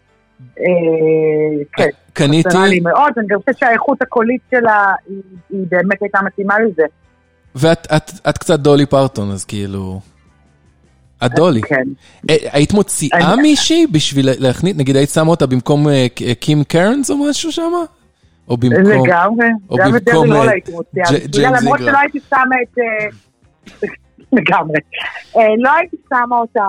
כן, קניתי לי מאוד, אני גם חושבת שהאיכות הקולית שלה היא באמת הייתה מתאימה לזה. ואת קצת דולי פרטון, אז כאילו... את דולי. כן. היית מוציאה מישהי בשביל להכניס, נגיד היית שמה אותה במקום קים קרנס או משהו שם? או במקום... לגמרי, גם את דרבי לא הייתי מוציאה. למרות שלא הייתי שמה את... לגמרי. לא הייתי שמה אותה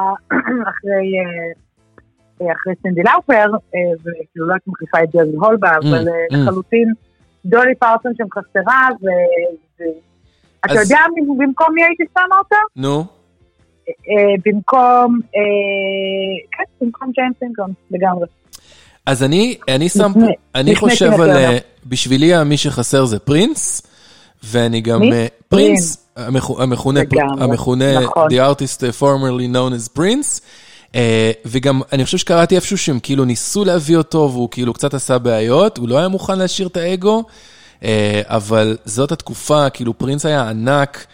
אחרי סינדי לאופר, וכאילו לא הייתי מחליפה את ג'רזי הולבה, אבל לחלוטין דולי פרטון שם חסרה, אתה יודע במקום מי הייתי שמה אותה? נו. במקום ג'יימס אינגרם, לגמרי. אז אני חושב על, בשבילי מי שחסר זה פרינס, ואני גם, פרינס, המכונה The Artist Formerly Known as Prince, וגם אני חושב שקראתי איפשהו שהם כאילו ניסו להביא אותו, והוא כאילו קצת עשה בעיות, הוא לא היה מוכן להשאיר את האגו, אבל זאת התקופה, כאילו פרינס היה ענק,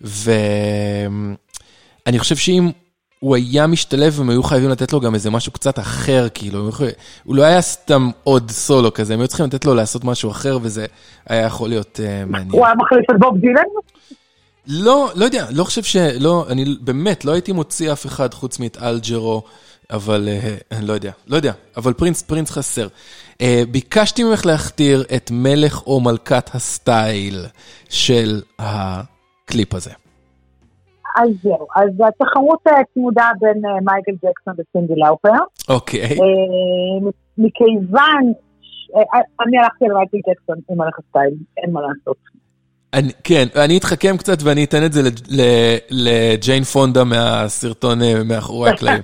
ואני חושב שאם הוא היה משתלב, הם היו חייבים לתת לו גם איזה משהו קצת אחר, כאילו, הוא לא היה סתם עוד סולו כזה, הם היו צריכים לתת לו לעשות משהו אחר, וזה היה יכול להיות מעניין. הוא היה מחליף את בוב דילן? לא יודע, לא חושב אני באמת לא הייתי מוציא אף אחד חוץ מאת אלג'רו, אבל אני לא יודע, אבל פרינס חסר. ביקשתי ממך להכתיר את מלך או מלכת הסטייל של הקליפ הזה. אז זהו, אז התחרות צמודה בין מייקל ג'קסון וסינדי לאופר. אוקיי. מכיוון, אני הלכתי על מייקל ג'קסון עם מלך הסטייל, אין מה לעשות. כן, אני אתחכם קצת ואני אתן את זה לג'יין פונדה מהסרטון מאחורי הקלעים.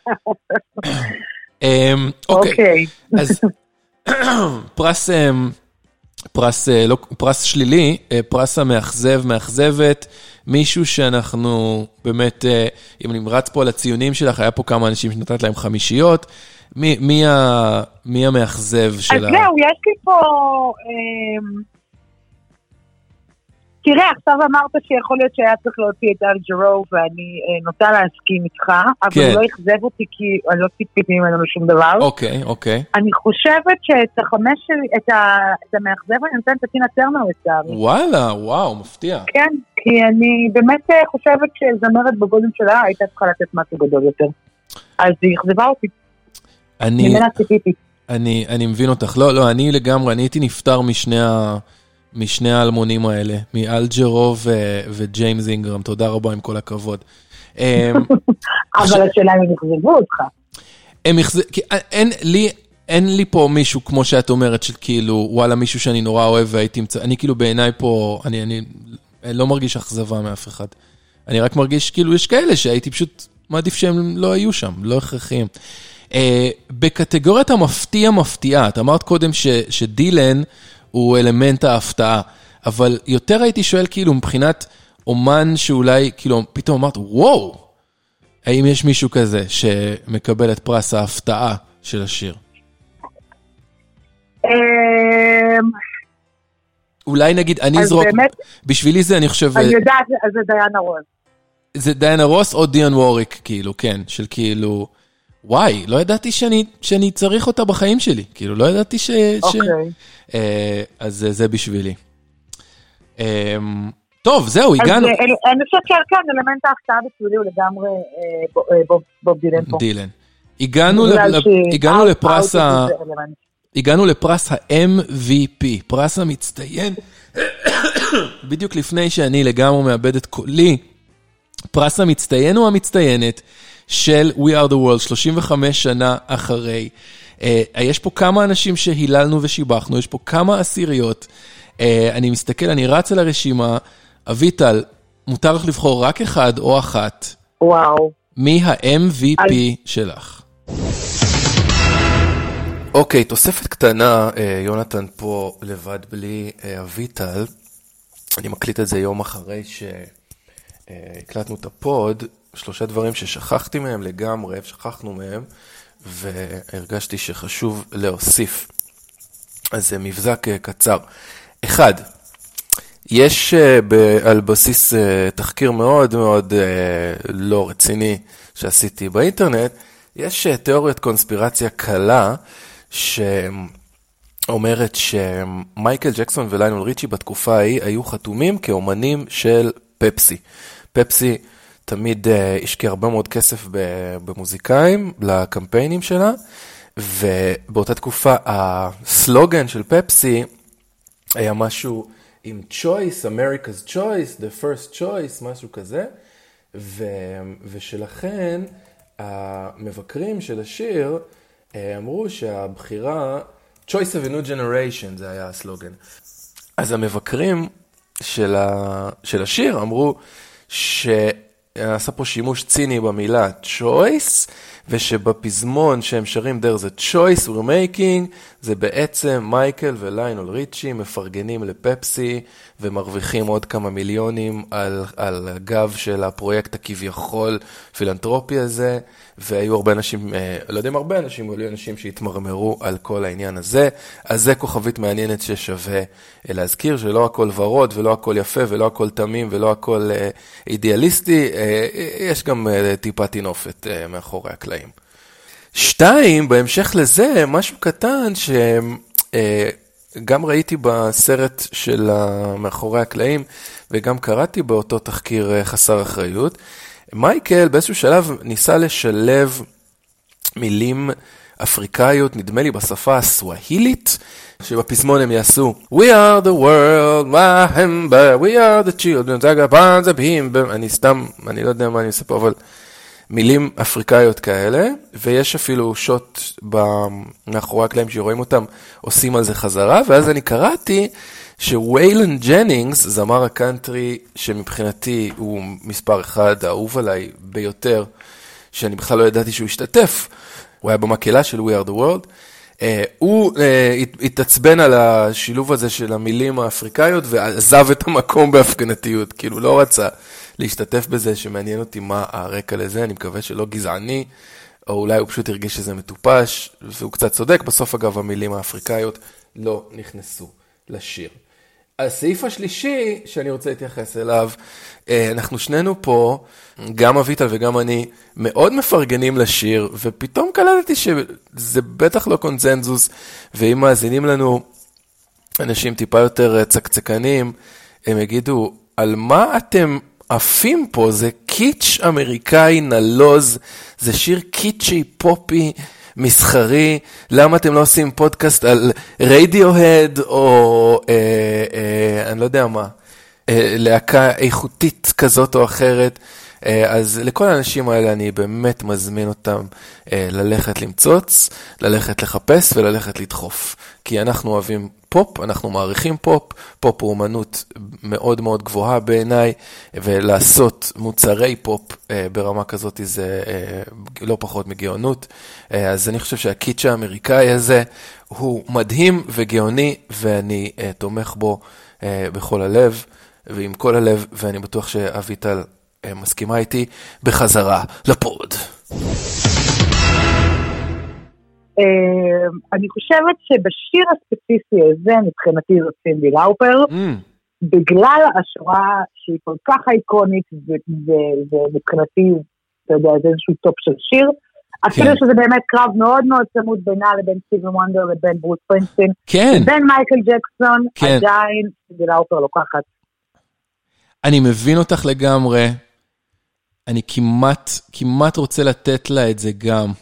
אוקיי, אז פרס שלילי, פרס המאכזב, מאכזבת, מישהו שאנחנו באמת, אם נמרץ פה על הציונים שלך, היה פה כמה אנשים שנתת להם חמישיות, מי המאכזב שלה? אז זהו, יש לי פה... תראה, עכשיו אמרת שיכול להיות שהיה צריך להוציא את אלג'רו, ואני נוטה להסכים איתך, אבל הוא לא יחזב אותי כי אני לא ציפיתי ממנו לשום דבר. אוקיי. אני חושבת שאת החמש שלי, את המאכזב אני נותנת את טינה טרנר לצערי. וואלה, וואו, מפתיע. כן, כי אני באמת חושבת שזמרת בגודל שלה הייתה צריכה לתת משהו גדול יותר. אז היא אכזבה אותי. ממנה ציפיתי. אני מבין אותך. לא, אני לגמרי, אני הייתי נפטר משני האלמונים האלה, מאלג'רו וג'יימס אינגרם, תודה רבה עם כל הכבוד. אבל השאלה אם הם יחזבו אותך. אין לי פה מישהו, כמו שאת אומרת, של כאילו, וואלה, מישהו שאני נורא אוהב והייתי אני כאילו בעיניי פה, אני לא מרגיש אכזבה מאף אחד. אני רק מרגיש כאילו, יש כאלה שהייתי פשוט מעדיף שהם לא היו שם, לא הכרחיים. בקטגוריית המפתיעה, את אמרת קודם שדילן, הוא אלמנט ההפתעה, אבל יותר הייתי שואל כאילו מבחינת אומן שאולי כאילו פתאום אמרת וואו, האם יש מישהו כזה שמקבל את פרס ההפתעה של השיר? אולי נגיד אני אזרוק, בשבילי זה אני חושב... אני יודעת, זה דיינה רוס. זה דיינה רוס או דיאן ווריק כאילו, כן, של כאילו... וואי, לא ידעתי שאני צריך אותה בחיים שלי, כאילו לא ידעתי אוקיי. אז זה בשבילי. טוב, זהו, הגענו. אני חושבת שכן, אלמנט ההפתעה בשבילי הוא לגמרי בוב דילן פה. דילן. הגענו לפרס ה-MVP, פרס המצטיין, בדיוק לפני שאני לגמרי מאבד את קולי, פרס המצטיין הוא המצטיינת, של We Are The World, 35 שנה אחרי. יש פה כמה אנשים שהיללנו ושיבחנו, יש פה כמה עשיריות. אני מסתכל, אני רץ על הרשימה. אביטל, מותר לך לבחור רק אחד או אחת. וואו. מי ה-MVP שלך? אוקיי, תוספת קטנה, יונתן פה לבד בלי אביטל. אני מקליט את זה יום אחרי הקלטנו את הפוד, 3 דברים ששכחתי מהם לגמרי, שכחנו מהם, והרגשתי שחשוב להוסיף. אז זה מבזק קצר. 1, יש על בסיס תחקיר מאוד מאוד לא רציני שעשיתי באינטרנט, יש תיאוריית קונספירציה קלה שאומרת שמייקל ג'קסון וליונל ריצ'י בתקופה ההיא היו חתומים כאומנים של פפסי. פפסי תמיד השקיע הרבה מאוד כסף במוזיקאים לקמפיינים שלה, ובאותה תקופה הסלוגן של פפסי היה משהו עם choice, America's choice, the first choice, משהו כזה, ושלכן המבקרים של השיר אמרו שהבחירה, choice of a new generation, זה היה הסלוגן. אז המבקרים של השיר אמרו שעשה פה שימוש ציני במילה choice, ושבפזמון שהם שרים there the choice we're making, זה בעצם מייקל וליונל ריצ'י מפרגנים לפפסי, ומרוויחים עוד כמה מיליונים על הגב של הפרויקט הכביכול פילנטרופי הזה, והיו הרבה אנשים, לא יודעים הרבה אנשים, היו אנשים שהתמרמרו על כל העניין הזה, אז זה כוכבית מעניינת ששווה להזכיר, שלא הכל ורוד, ולא הכל יפה, ולא הכל תמים, ולא הכל אידיאליסטי, יש גם טיפה תינופת מאחורי הקלעים. 2, בהמשך לזה, משהו קטן שגם ראיתי בסרט של מאחורי הקלעים, וגם קראתי באותו תחקיר חסר אחריות. מייקל באיזשהו שלב ניסה לשלב מילים אפריקאיות, נדמה לי בשפה הסווהילית, שבפזמון הם יעשו We are the world, we are the children, אני לא יודע מה אני עושה פה, אבל מילים אפריקאיות כאלה, ויש אפילו שוט מאחורי הקלעים שרואים אותם, עושים על זה חזרה, ואז אני קראתי שוויילן ג'נינגס, זמר הקאנטרי שמבחינתי הוא מספר 1, האהוב עליי ביותר, שאני בכלל לא ידעתי שהוא השתתף, הוא היה במקהלה של We are the world, הוא התעצבן על השילוב הזה של המילים האפריקאיות, ועזב את המקום בהפגנתיות, כאילו לא רצה להשתתף בזה, שמעניין אותי מה הרקע לזה, אני מקווה שלא גזעני, או אולי הוא פשוט הרגיש שזה מטופש, והוא קצת צודק, בסוף אגב המילים האפריקאיות לא נכנסו לשיר. הסעיף השלישי שאני רוצה להתייחס אליו, אנחנו שנינו פה, גם אביטל וגם אני, מאוד מפרגנים לשיר, ופתאום קלטתי שזה בטח לא קונצנזוס, ואם מאזינים לנו אנשים טיפה יותר צקצקנים, הם יגידו, על מה אתם עפים פה? זה קיץ' אמריקאי נלוז, זה שיר קיצ'י פופי, מסחרי, למה אתם לא עושים פודקאסט על רדיוהד או אני לא יודע מה, להקה איכותית כזאת או אחרת, אז לכל האנשים האלה אני באמת מזמין אותם ללכת למצוץ, ללכת לחפש וללכת לדחוף, כי אנחנו אוהבים פופ, אנחנו מעריכים פופ, פופ הוא אומנות מאוד מאוד גבוהה בעיניי, ולעשות מוצרי פופ ברמה כזאת זה לא פחות מגאונות, אז אני חושב שהקיץ' האמריקאי הזה הוא מדהים וגאוני, ואני תומך בו בכל הלב ועם כל הלב, ואני בטוח שאביטל מסכימה איתי. בחזרה לפוד. אני חושבת שבשיר הספציפי הזה, מבחינתי זאת סינדי לאופר, בגלל השורה שהיא כל כך אייקונית, ומבחינתי, אתה יודע, זה איזשהו טופ של שיר, אפילו שזה באמת קרב מאוד מאוד צמוד בינה לבין סטיבי וונדר לבין ברוס ספרינגסטין, לבין מייקל ג'קסון, עדיין סינדי לאופר לוקחת. אני מבין אותך לגמרי, אני כמעט רוצה לתת לה את זה גם,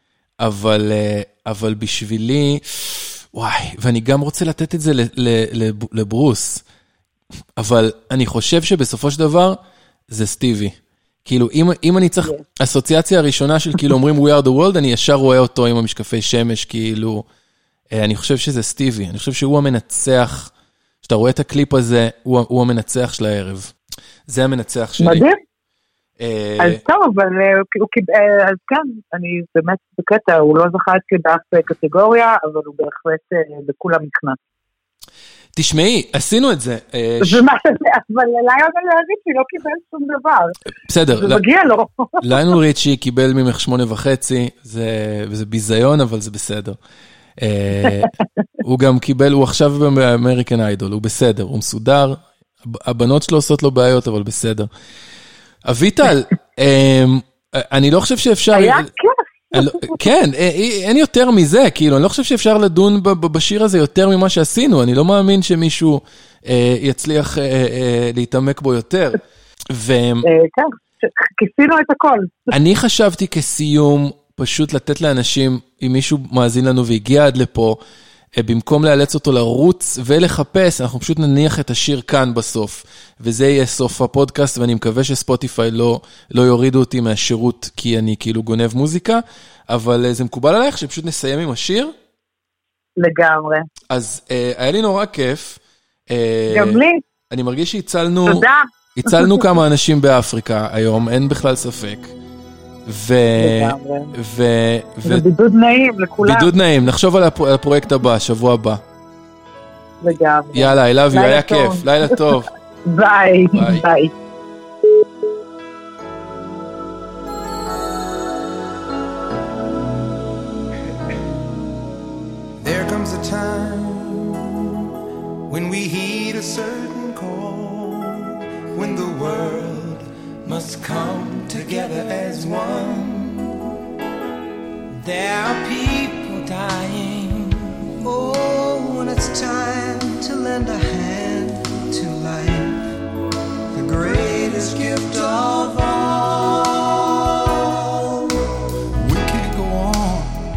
אבל בשבילי, וואי, ואני גם רוצה לתת את זה לברוס, אבל אני חושב שבסופו של דבר, זה סטיבי. כאילו, אם אני צריך, אסוציאציה הראשונה של כאילו אומרים We are the world, אני ישר רואה אותו עם המשקפי שמש, כאילו, אני חושב שזה סטיבי, אני חושב שהוא המנצח, שאתה רואה את הקליפ הזה, הוא המנצח של הערב. זה המנצח שלי. מדהים. אז טוב, אז כן, אני באמת בקטע, הוא לא זכה את כדף קטגוריה, אבל הוא בהחלט בכולם נכנס. תשמעי, עשינו את זה. ומה זה, אבל ליונל ריצ'י לא קיבל שום דבר. בסדר. זה מגיע לו. ליונל ריצ'י קיבל ממך 8.5, וזה ביזיון, אבל זה בסדר. הוא גם קיבל, הוא עכשיו באמריקן איידול, הוא בסדר, הוא מסודר, הבנות שלו עושות לו בעיות, אבל בסדר. אביטל, אני לא חושב שאפשר... היה כיף. כן, אין יותר מזה, כאילו, אני לא חושב שאפשר לדון בשיר הזה יותר ממה שעשינו, אני לא מאמין שמישהו יצליח להתעמק בו יותר. כן, כיסינו את הכל. אני חשבתי כסיום, פשוט לתת לאנשים, אם מישהו מאזין לנו והגיע עד לפה, במקום לאלץ אותו לרוץ ולחפש, אנחנו פשוט נניח את השיר כאן בסוף, וזה יהיה סוף הפודקאסט, ואני מקווה שספוטיפיי לא יורידו אותי מהשירות, כי אני כאילו גונב מוזיקה, אבל זה מקובל עלייך שפשוט נסיים עם השיר? לגמרי. אז היה לי נורא כיף. גם לי. אני מרגיש שהצלנו... תודה. הצלנו כמה אנשים באפריקה היום, אין בכלל ספק. ובידוד נעים לכולם. בידוד נעים, נחשוב על הפרויקט הבא, שבוע הבא. לגמרי. יאללה, I love you, היה כיף, לילה טוב. ביי, ביי. There comes a time when we heed a certain call, when the world must come together as one. There are people dying. Oh, when it's time to lend a hand to life, the greatest gift of all. We can't go on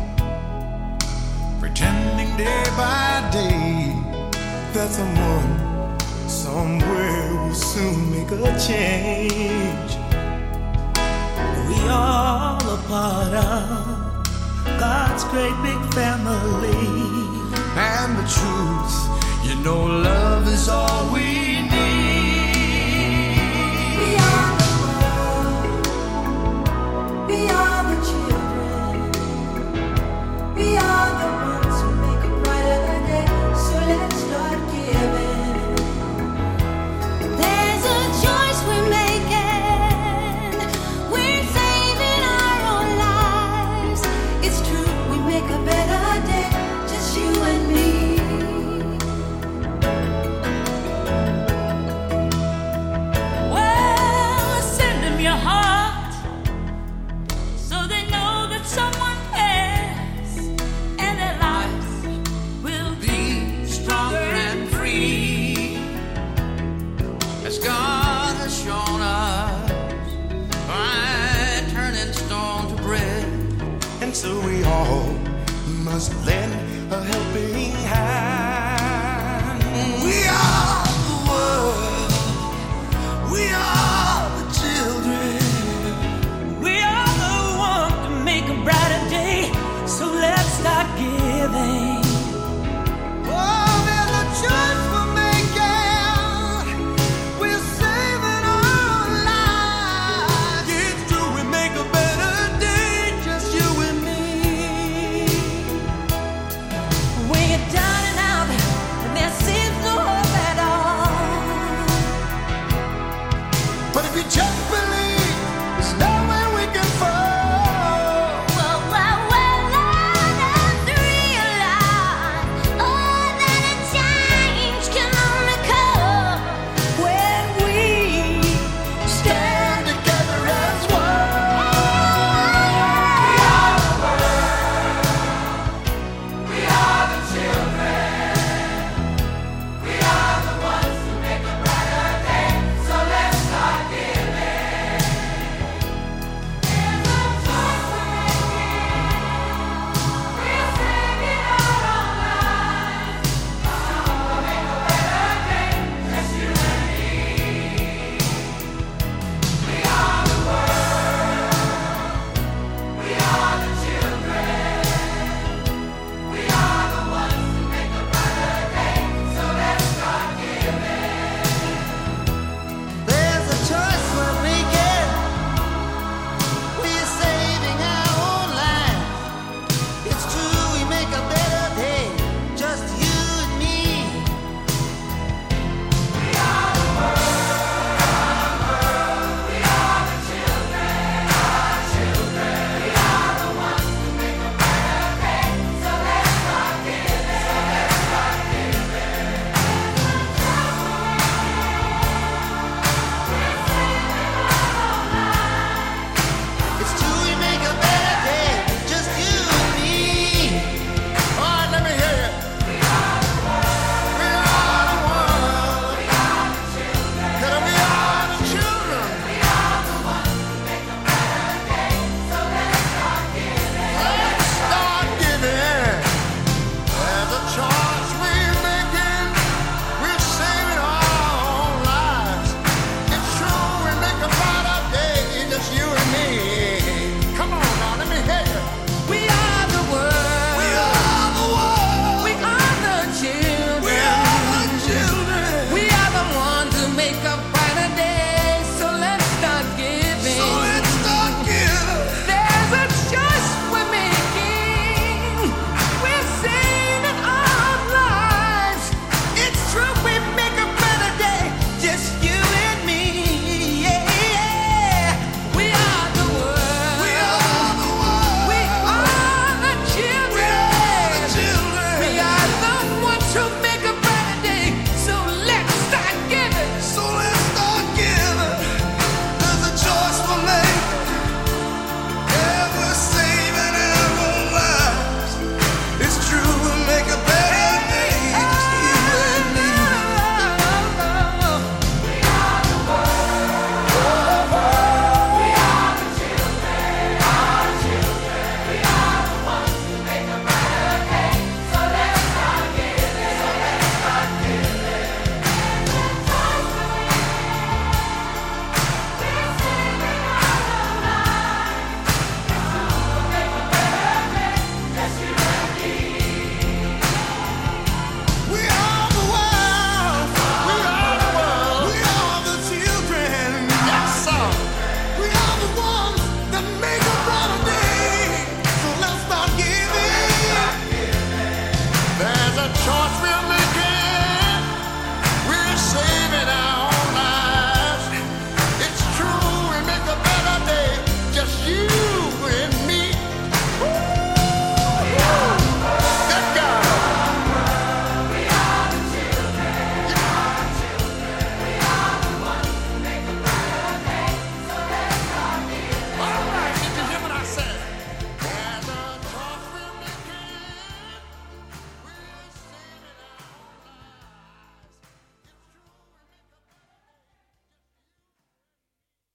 pretending day by day that someone somewhere will soon make a change. We all a part of God's great big family. And the truth, you know, love is all we need. We are the world. We are the children. We are the ones who make a brighter day. So let's start giving. There's a choice we're making. We're saving our own lives. It's true, we make a better day. Just you and me. Well, send them your heart so they know that someone cares, and their lives will be stronger and free, as God has shown us by turning stone to bread. And so we all must lend a helping hand.